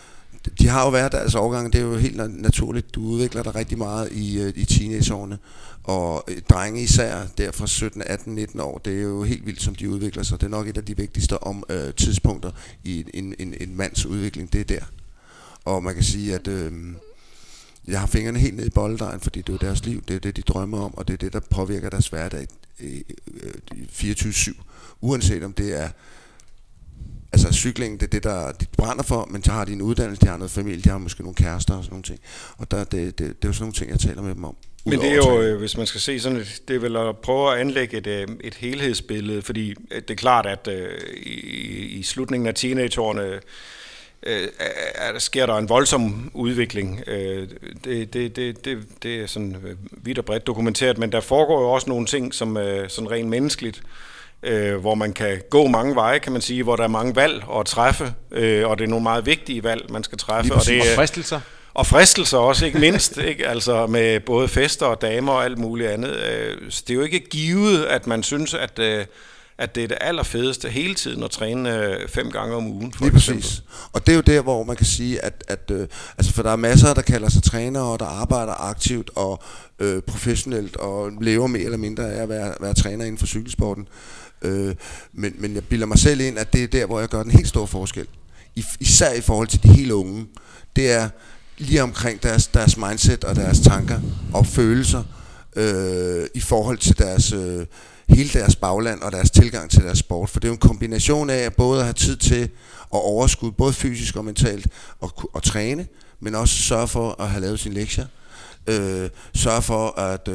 de har jo været deres årgang, det er jo helt naturligt. Du udvikler dig rigtig meget i teenageårene, og drenge især der fra 17, 18, 19 år, det er jo helt vildt, som de udvikler sig. Det er nok et af de vigtigste tidspunkter i en mands udvikling, det er der. Og man kan sige, at jeg har fingrene helt ned i bolledejen, fordi det er jo deres liv, det er det, de drømmer om, og det er det, der påvirker deres hverdag 24/7. Uanset om det er altså cyklingen, det er det, der de brænder for, men så har de en uddannelse, de har noget familie, de har måske nogle kærester og sådan nogle ting. Og det er jo sådan nogle ting, jeg taler med dem om. Men det er jo, hvis man skal se sådan det er vel at prøve at anlægge et helhedsbillede, fordi det er klart, at i slutningen af teenageårene sker der en voldsom udvikling. Det er sådan vidt og bredt dokumenteret, men der foregår jo også nogle ting, som sådan rent menneskeligt, hvor man kan gå mange veje, kan man sige, hvor der er mange valg at træffe, og det er nogle meget vigtige valg, man skal træffe. Og fristelser. Og fristelser også, ikke mindst, ikke? Altså med både fester og damer og alt muligt andet. Så det er jo ikke givet, at man synes, at det er det allerfedeste hele tiden at træne 5 gange om ugen. Lige præcis. Og det er jo der, hvor man kan sige, at altså for der er masser, der kalder sig trænere, og der arbejder aktivt og professionelt, og lever mere eller mindre af at være træner inden for cykelsporten. Men jeg bilder mig selv ind, at det er der, hvor jeg gør den helt store forskel. Især i forhold til de helt unge. Det er lige omkring deres mindset og deres tanker og følelser i forhold til hele deres bagland og deres tilgang til deres sport. For det er jo en kombination af både at have tid til at overskud, både fysisk og mentalt, og træne, men også sørge for at have lavet sine lektier. Sørge for at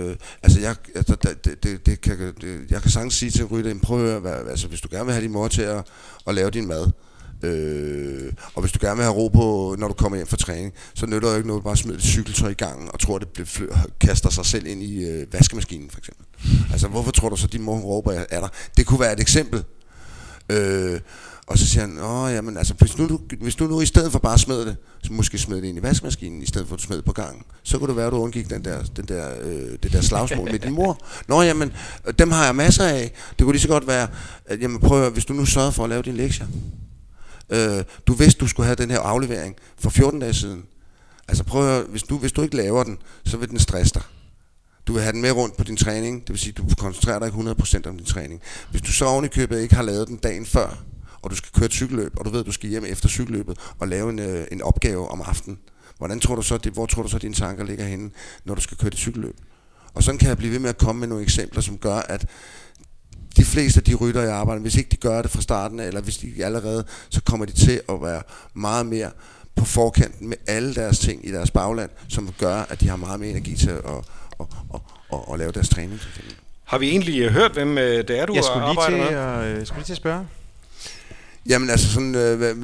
jeg kan sagtens sige til Rytter, prøv at høre, altså hvis du gerne vil have din mor til at lave din mad, og hvis du gerne vil have ro på, når du kommer hjem fra træning, så nytter det jo ikke noget, bare smide et cykeltøj i gangen og tror, det kaster sig selv ind i vaskemaskinen for eksempel. Altså hvorfor tror du så, din mor råber af dig? Det kunne være et eksempel. Og så siger han, jamen altså, hvis du nu i stedet for bare smed det, så måske smed det ind i vaskemaskinen, i stedet for at du smed det på gangen, så kunne det være, at du undgik det der slagsmål med din mor. Jamen, dem har jeg masser af. Det kunne lige så godt være, jamen prøv at høre, hvis du nu sørger for at lave dine lektier. Du vidste, du skulle have den her aflevering for 14 dage siden. Altså prøv at høre, hvis du ikke laver den, så vil den stresse dig. Du vil have den med rundt på din træning, det vil sige, at du koncentrerer dig 100% om din træning. Hvis du så oven i købet ikke har lavet den dagen før, og du skal køre et cykelløb, og du ved, at du skal hjem efter cykelløbet og lave en opgave om aftenen, hvor tror du så, dine tanker ligger henne, når du skal køre et cykelløb? Og sådan kan jeg blive ved med at komme med nogle eksempler, som gør, at de fleste af de ryttere, jeg arbejder med, hvis ikke de gør det fra starten, eller hvis de allerede, så kommer de til at være meget mere på forkanten med alle deres ting i deres bagland, som gør, at de har meget mere energi til at lave deres træning. Har vi egentlig hørt, hvem det er, du arbejder med? Jeg skulle lige til at spørge. Jamen altså sådan,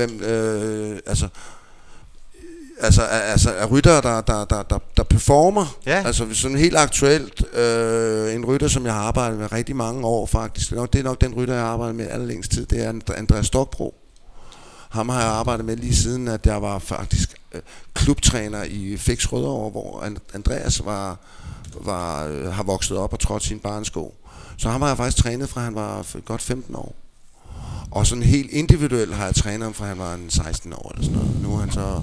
altså er ryttere, der performer. Ja. Altså sådan helt aktuelt, en rytter, som jeg har arbejdet med rigtig mange år faktisk. Det er nok den rytter, jeg har arbejdet med allerlængst tid. Det er Andreas Stokbro. Ham har jeg arbejdet med lige siden, at jeg var faktisk klubtræner i Fix Rødovre, hvor Andreas har vokset op og trådt sin barnesko. Så ham har jeg faktisk trænet fra han var godt 15 år. Og sådan helt individuelt har jeg trænet ham fra han var 16 år eller sådan noget. Nu er han så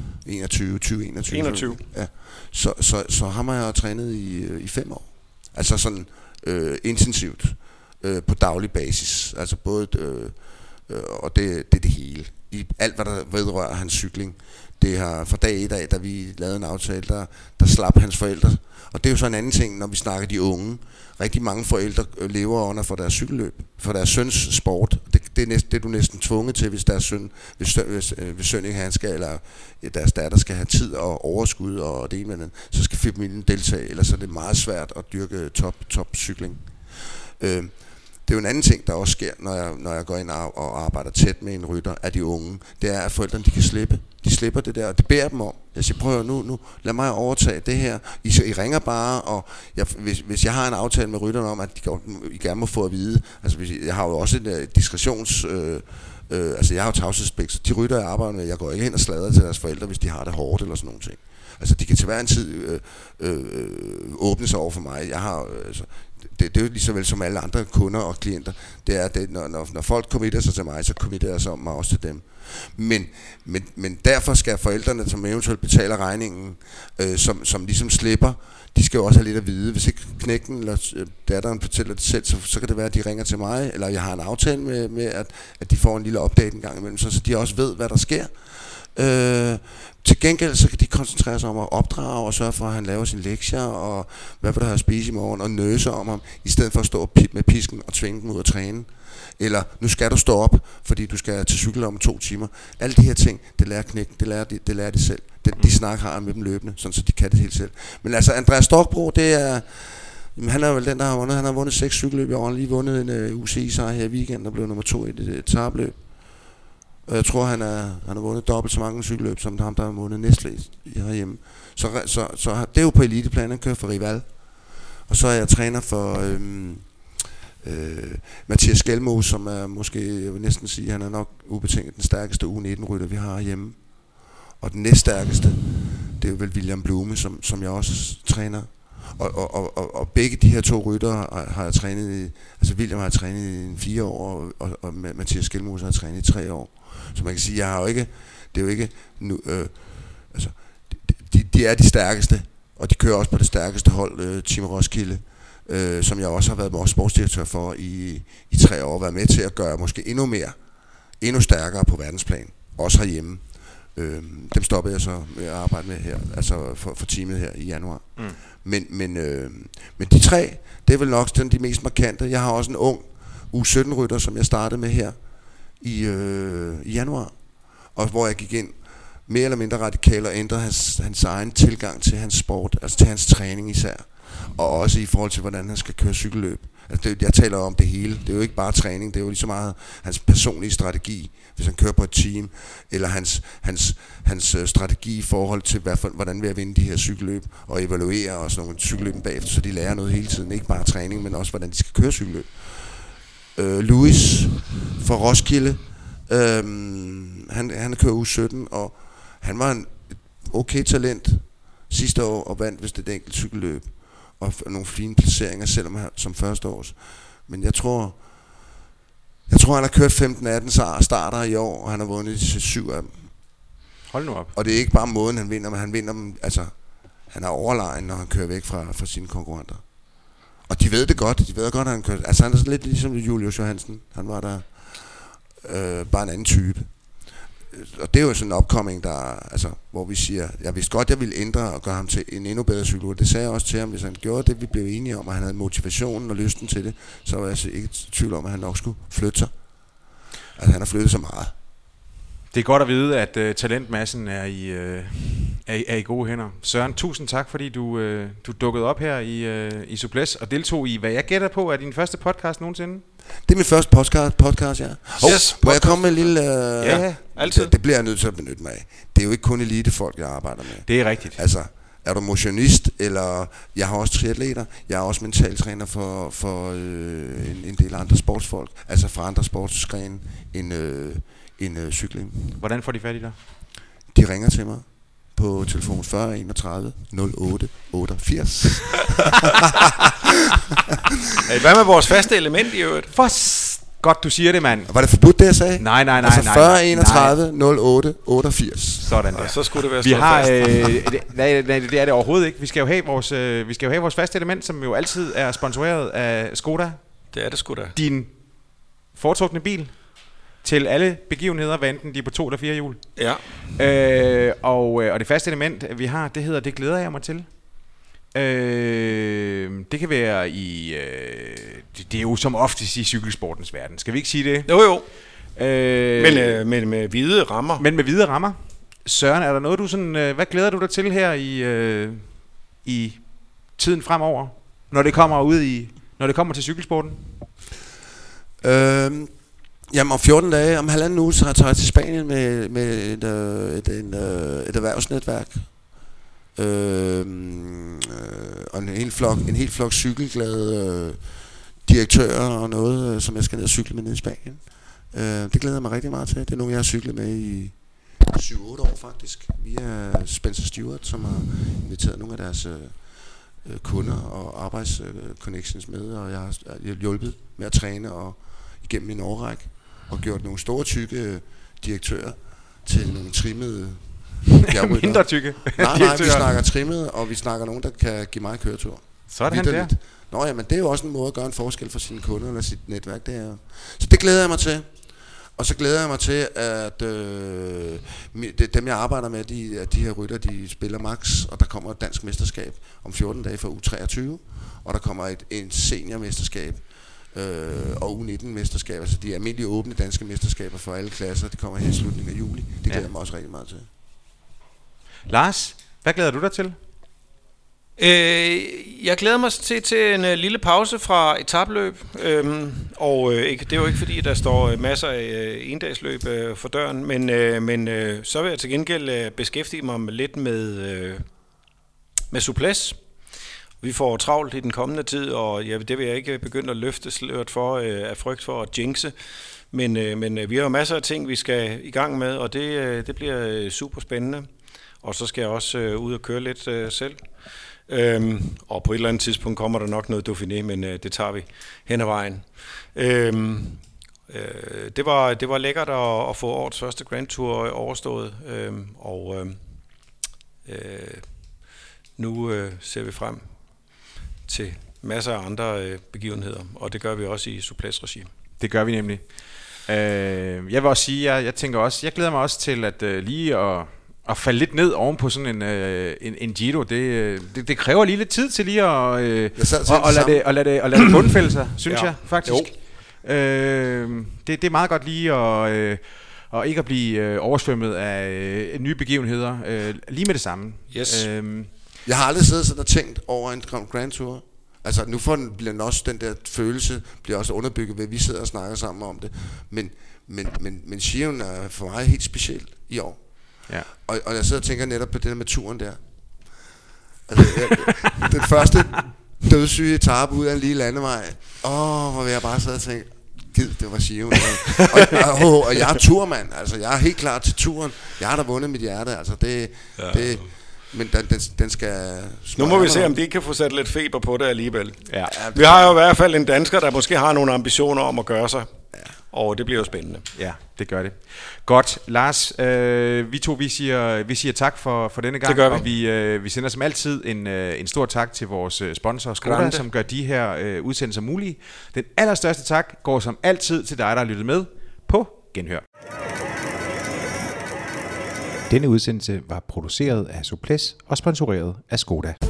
21. Ja. Så ham har jeg trænet i 5 år. Altså sådan intensivt på daglig basis. Altså både og det er det hele. I alt hvad der vedrører hans cykling. Det har fra dag 1 af, da vi lavede en aftale, der slap hans forældre. Og det er jo så en anden ting, når vi snakker de unge. Rigtig mange forældre lever under for deres cykelløb, for deres søns sport. Det er du næsten tvunget til, hvis deres søn, hvis søn ikke han skal, eller deres datter skal have tid og overskud og det ene med den, så skal familien deltage, ellers er det meget svært at dyrke top cykling. Det er jo en anden ting, der også sker, når jeg går ind og arbejder tæt med en rytter af de unge. Det er, at forældrene de kan slippe. De slipper det der, og det beder jeg dem om. Jeg siger, prøv nu lad mig overtage det her. I ringer bare, og hvis jeg har en aftale med rytterne om, at I gerne må få at vide, altså jeg har jo også en diskretions... altså jeg har jo tavshedspligt, så de rytter, jeg arbejder med, jeg går ikke hen og sladrer til deres forældre, hvis de har det hårdt eller sådan nogle ting. Altså de kan til hver en tid åbne sig over for mig. det er jo lige så vel som alle andre kunder og klienter. Det er, det, når folk committer sig til mig, så committer jeg sig mig også til dem. Men derfor skal forældrene, som eventuelt betaler regningen, som ligesom slipper, de skal jo også have lidt at vide. Hvis ikke knækken eller datteren fortæller det selv, så kan det være, at de ringer til mig, eller jeg har en aftale med at de får en lille update en gang imellem, så de også ved, hvad der sker. Til gengæld så kan de koncentrere sig om at opdrage og sørge for, at han laver sine lektier, og hvad vil du have at spise i morgen, og nøse om ham, i stedet for at stå med pisken og tvinge dem ud at træne. Eller, nu skal du stå op, fordi du skal til cykel om 2 timer. Alle de her ting, det lærer knækken, det lærer de selv. De snak har med dem løbende, sådan så de kan det helt selv. Men altså, Andreas Stokbro, det er... Jamen, han er vel den, der har vundet. Han har vundet 6 cykelløb i år. Han har lige vundet en UCI-sejr her i weekenden, og blev nummer 2 i et etapløb. Og jeg tror, han har vundet dobbelt så mange cykelløb, som ham, der har vundet næstflest herhjemme. Så det er jo på eliteplan, han kører for Rival. Og så er jeg træner for Mathias Skelmo, som er måske, jeg vil næsten sige, han er nok ubetinget den stærkeste U19-rytter, vi har herhjemme. Og den næststærkeste, det er jo vel William Blume, som jeg også træner. Og begge de her 2 ryttere har jeg trænet i, altså William har jeg trænet i 4 år, og Mathias Skelmo har jeg trænet i 3 år. Så man kan sige, jeg har jo ikke, det er jo ikke nu, altså de er de stærkeste, og de kører også på det stærkeste hold, Team Roskilde, som jeg også har været sportsdirektør for i 3 år, været med til at gøre måske endnu stærkere på verdensplan, også herhjemme. Dem stoppede jeg så med at arbejde med her, altså for teamet her i januar. Men de 3, det er vel nok de mest markante. Jeg har også en ung U17-rytter, som jeg startede med her i januar, og hvor jeg gik ind mere eller mindre radikalt og ændrede hans egen tilgang til hans sport, altså til hans træning især, og også i forhold til, hvordan han skal køre cykelløb. Altså jeg taler om det hele. Det er jo ikke bare træning, det er jo lige så meget hans personlige strategi, hvis han kører på et team, eller hans strategi i forhold til, hvordan vil jeg vinde de her cykelløb, og evaluere og sådan nogle cykelløb bagefter, så de lærer noget hele tiden. Ikke bare træning, men også, hvordan de skal køre cykelløb. Louis fra Roskilde, han kører U17, og han var en okay talent sidste år, og vandt vist et enkelt cykelløb, og nogle fine placeringer, selvom han som førsteårs. Men jeg tror han har kørt 15-18 starter i år, og han har vundet 7 af dem. Hold nu op. Og det er ikke bare måden han vinder, men han vinder dem, altså han er overlegen, når han kører væk fra sine konkurrenter. Og de ved det godt, at han kører, altså han er lidt ligesom Julius Johansen, han var der bare en anden type. Og det er jo sådan en upcoming, der, altså, hvor vi siger, jeg vidste godt, jeg ville ændre og gøre ham til en endnu bedre cykelrytter. Det sagde jeg også til ham, hvis han gjorde det, vi blev enige om, at han havde motivationen og lysten til det, så var jeg altså ikke i tvivl om, at han nok skulle flytte sig. Altså han har flyttet så meget. Det er godt at vide, at talentmassen er i gode hænder. Søren, tusind tak, fordi du dukkede op her i Souplesse og deltog i, hvad jeg gætter på, er din første podcast nogensinde? Det er min første podcast, ja. Må jeg komme med en lille... Ja, altid. Det bliver jeg nødt til at benytte mig af. Det er jo ikke kun elitefolk, jeg arbejder med. Det er rigtigt. Altså, er du motionist, eller... Jeg har også triatleter. Jeg er også mentaltræner for en del andre sportsfolk. Altså fra andre sportsgrene end cykling. Hvordan får de fat i dig? De ringer til mig på telefon 40 31 08 88. Hvad med vores faste element i øvrigt? Godt, du siger det, mand. Var det forbudt, det jeg sagde? Nej. Altså 40 31 08 88. Sådan der. Og så skulle det være vi har, fast. nej, det er det overhovedet ikke. Vi skal jo have vores faste element, som jo altid er sponsoreret af Skoda. Det er det sgu da. Din foretrukne bil til alle begivenheder, hvad enten de er på 2 eller 4 hjul. Ja. Og det faste element, vi har, det hedder, det glæder jeg mig til. Det kan være i... det er jo som oftest i cykelsportens verden. Skal vi ikke sige det? Jo. Men med hvide rammer. Men med hvide rammer. Søren, er der noget, du sådan... hvad glæder du dig til her i tiden fremover, når det kommer til cykelsporten? Jamen om 14 dage, om halvanden uge, så tager jeg til Spanien med et erhvervsnetværk. Og en hel flok cykelglade direktører og noget, som jeg skal ned og cykle med nede i Spanien. Det glæder jeg mig rigtig meget til. Det er nogen, jeg har cyklet med i 7-8 år faktisk. Via Spencer Stewart, som har inviteret nogle af deres kunder og arbejdsconnections med, og jeg har hjulpet med at træne og igennem en årrække, og gjort nogle store, tykke direktører til nogle trimmede bjergryttere. Mindre tykke. Nej, vi snakker trimmede, og vi snakker nogen, der kan give mig køretur. Sådan der. Nå ja, men det er jo også en måde at gøre en forskel for sine kunder eller sit netværk. Det er. Så det glæder jeg mig til. Og så glæder jeg mig til, at dem jeg arbejder med, de her rytter, de spiller max, og der kommer et dansk mesterskab om 14 dage for U23, og der kommer en seniormesterskab og U19-mesterskab, altså de almindelige åbne danske mesterskaber for alle klasser, det kommer her i slutningen af juli. Det glæder jeg mig også rigtig meget til. Lars, hvad glæder du dig til? Jeg glæder mig til en lille pause fra etapløb, og det er jo ikke fordi, der står masser af endagsløb for døren, men så vil jeg til gengæld beskæftige mig lidt med Souplesse. Vi får travlt i den kommende tid, og det vil jeg ikke begynde at løfte sløret for af frygt for at jinxe, men vi har jo masser af ting, vi skal i gang med, og det bliver super spændende, og så skal jeg også ud og køre lidt selv. Og på et eller andet tidspunkt kommer der nok noget Dauphiné, men det tager vi hen ad vejen. Det var lækkert at få årets første Grand Tour overstået, og nu ser vi frem til masser af andre begivenheder, og det gør vi også i Souplesse-regi. Det gør vi nemlig. Jeg vil også sige, jeg tænker også, jeg glæder mig også til at lige at falde lidt ned oven på sådan en Giro. Det kræver lige lidt tid til lige at lade det bundfælde sig, synes jeg faktisk. Det er meget godt lige at ikke at blive oversvømmet af nye begivenheder lige med det samme. Yes. Jeg har aldrig siddet sådan og tænkt over en Grand Tour. Altså nu bliver den også, den der følelse bliver også underbygget ved, at vi sidder og snakker sammen om det. Men Giroen er for mig helt speciel i år. Ja. Og jeg sidder og tænker netop på det der med turen der. Altså, den første dødssyge etape ud af en lille landevej. Hvor vil jeg bare sidde og tænke, gid, det var Giroen. Og jeg er turmand, altså jeg er helt klar til turen. Jeg har da vundet mit hjerte, altså det men den skal... Nu må vi se, om de ikke kan få sat lidt feber på det alligevel. Ja. Vi har jo i hvert fald en dansker, der måske har nogle ambitioner om at gøre sig. Ja. Og det bliver jo spændende. Ja, det gør det. Godt, Lars, vi siger tak for denne gang. Det gør vi. Og vi sender som altid en stor tak til vores sponsor Skoda, som gør de her udsendelser mulige. Den allerstørste tak går som altid til dig, der har lyttet med på Genhør. Denne udsendelse var produceret af Souplesse og sponsoreret af Skoda.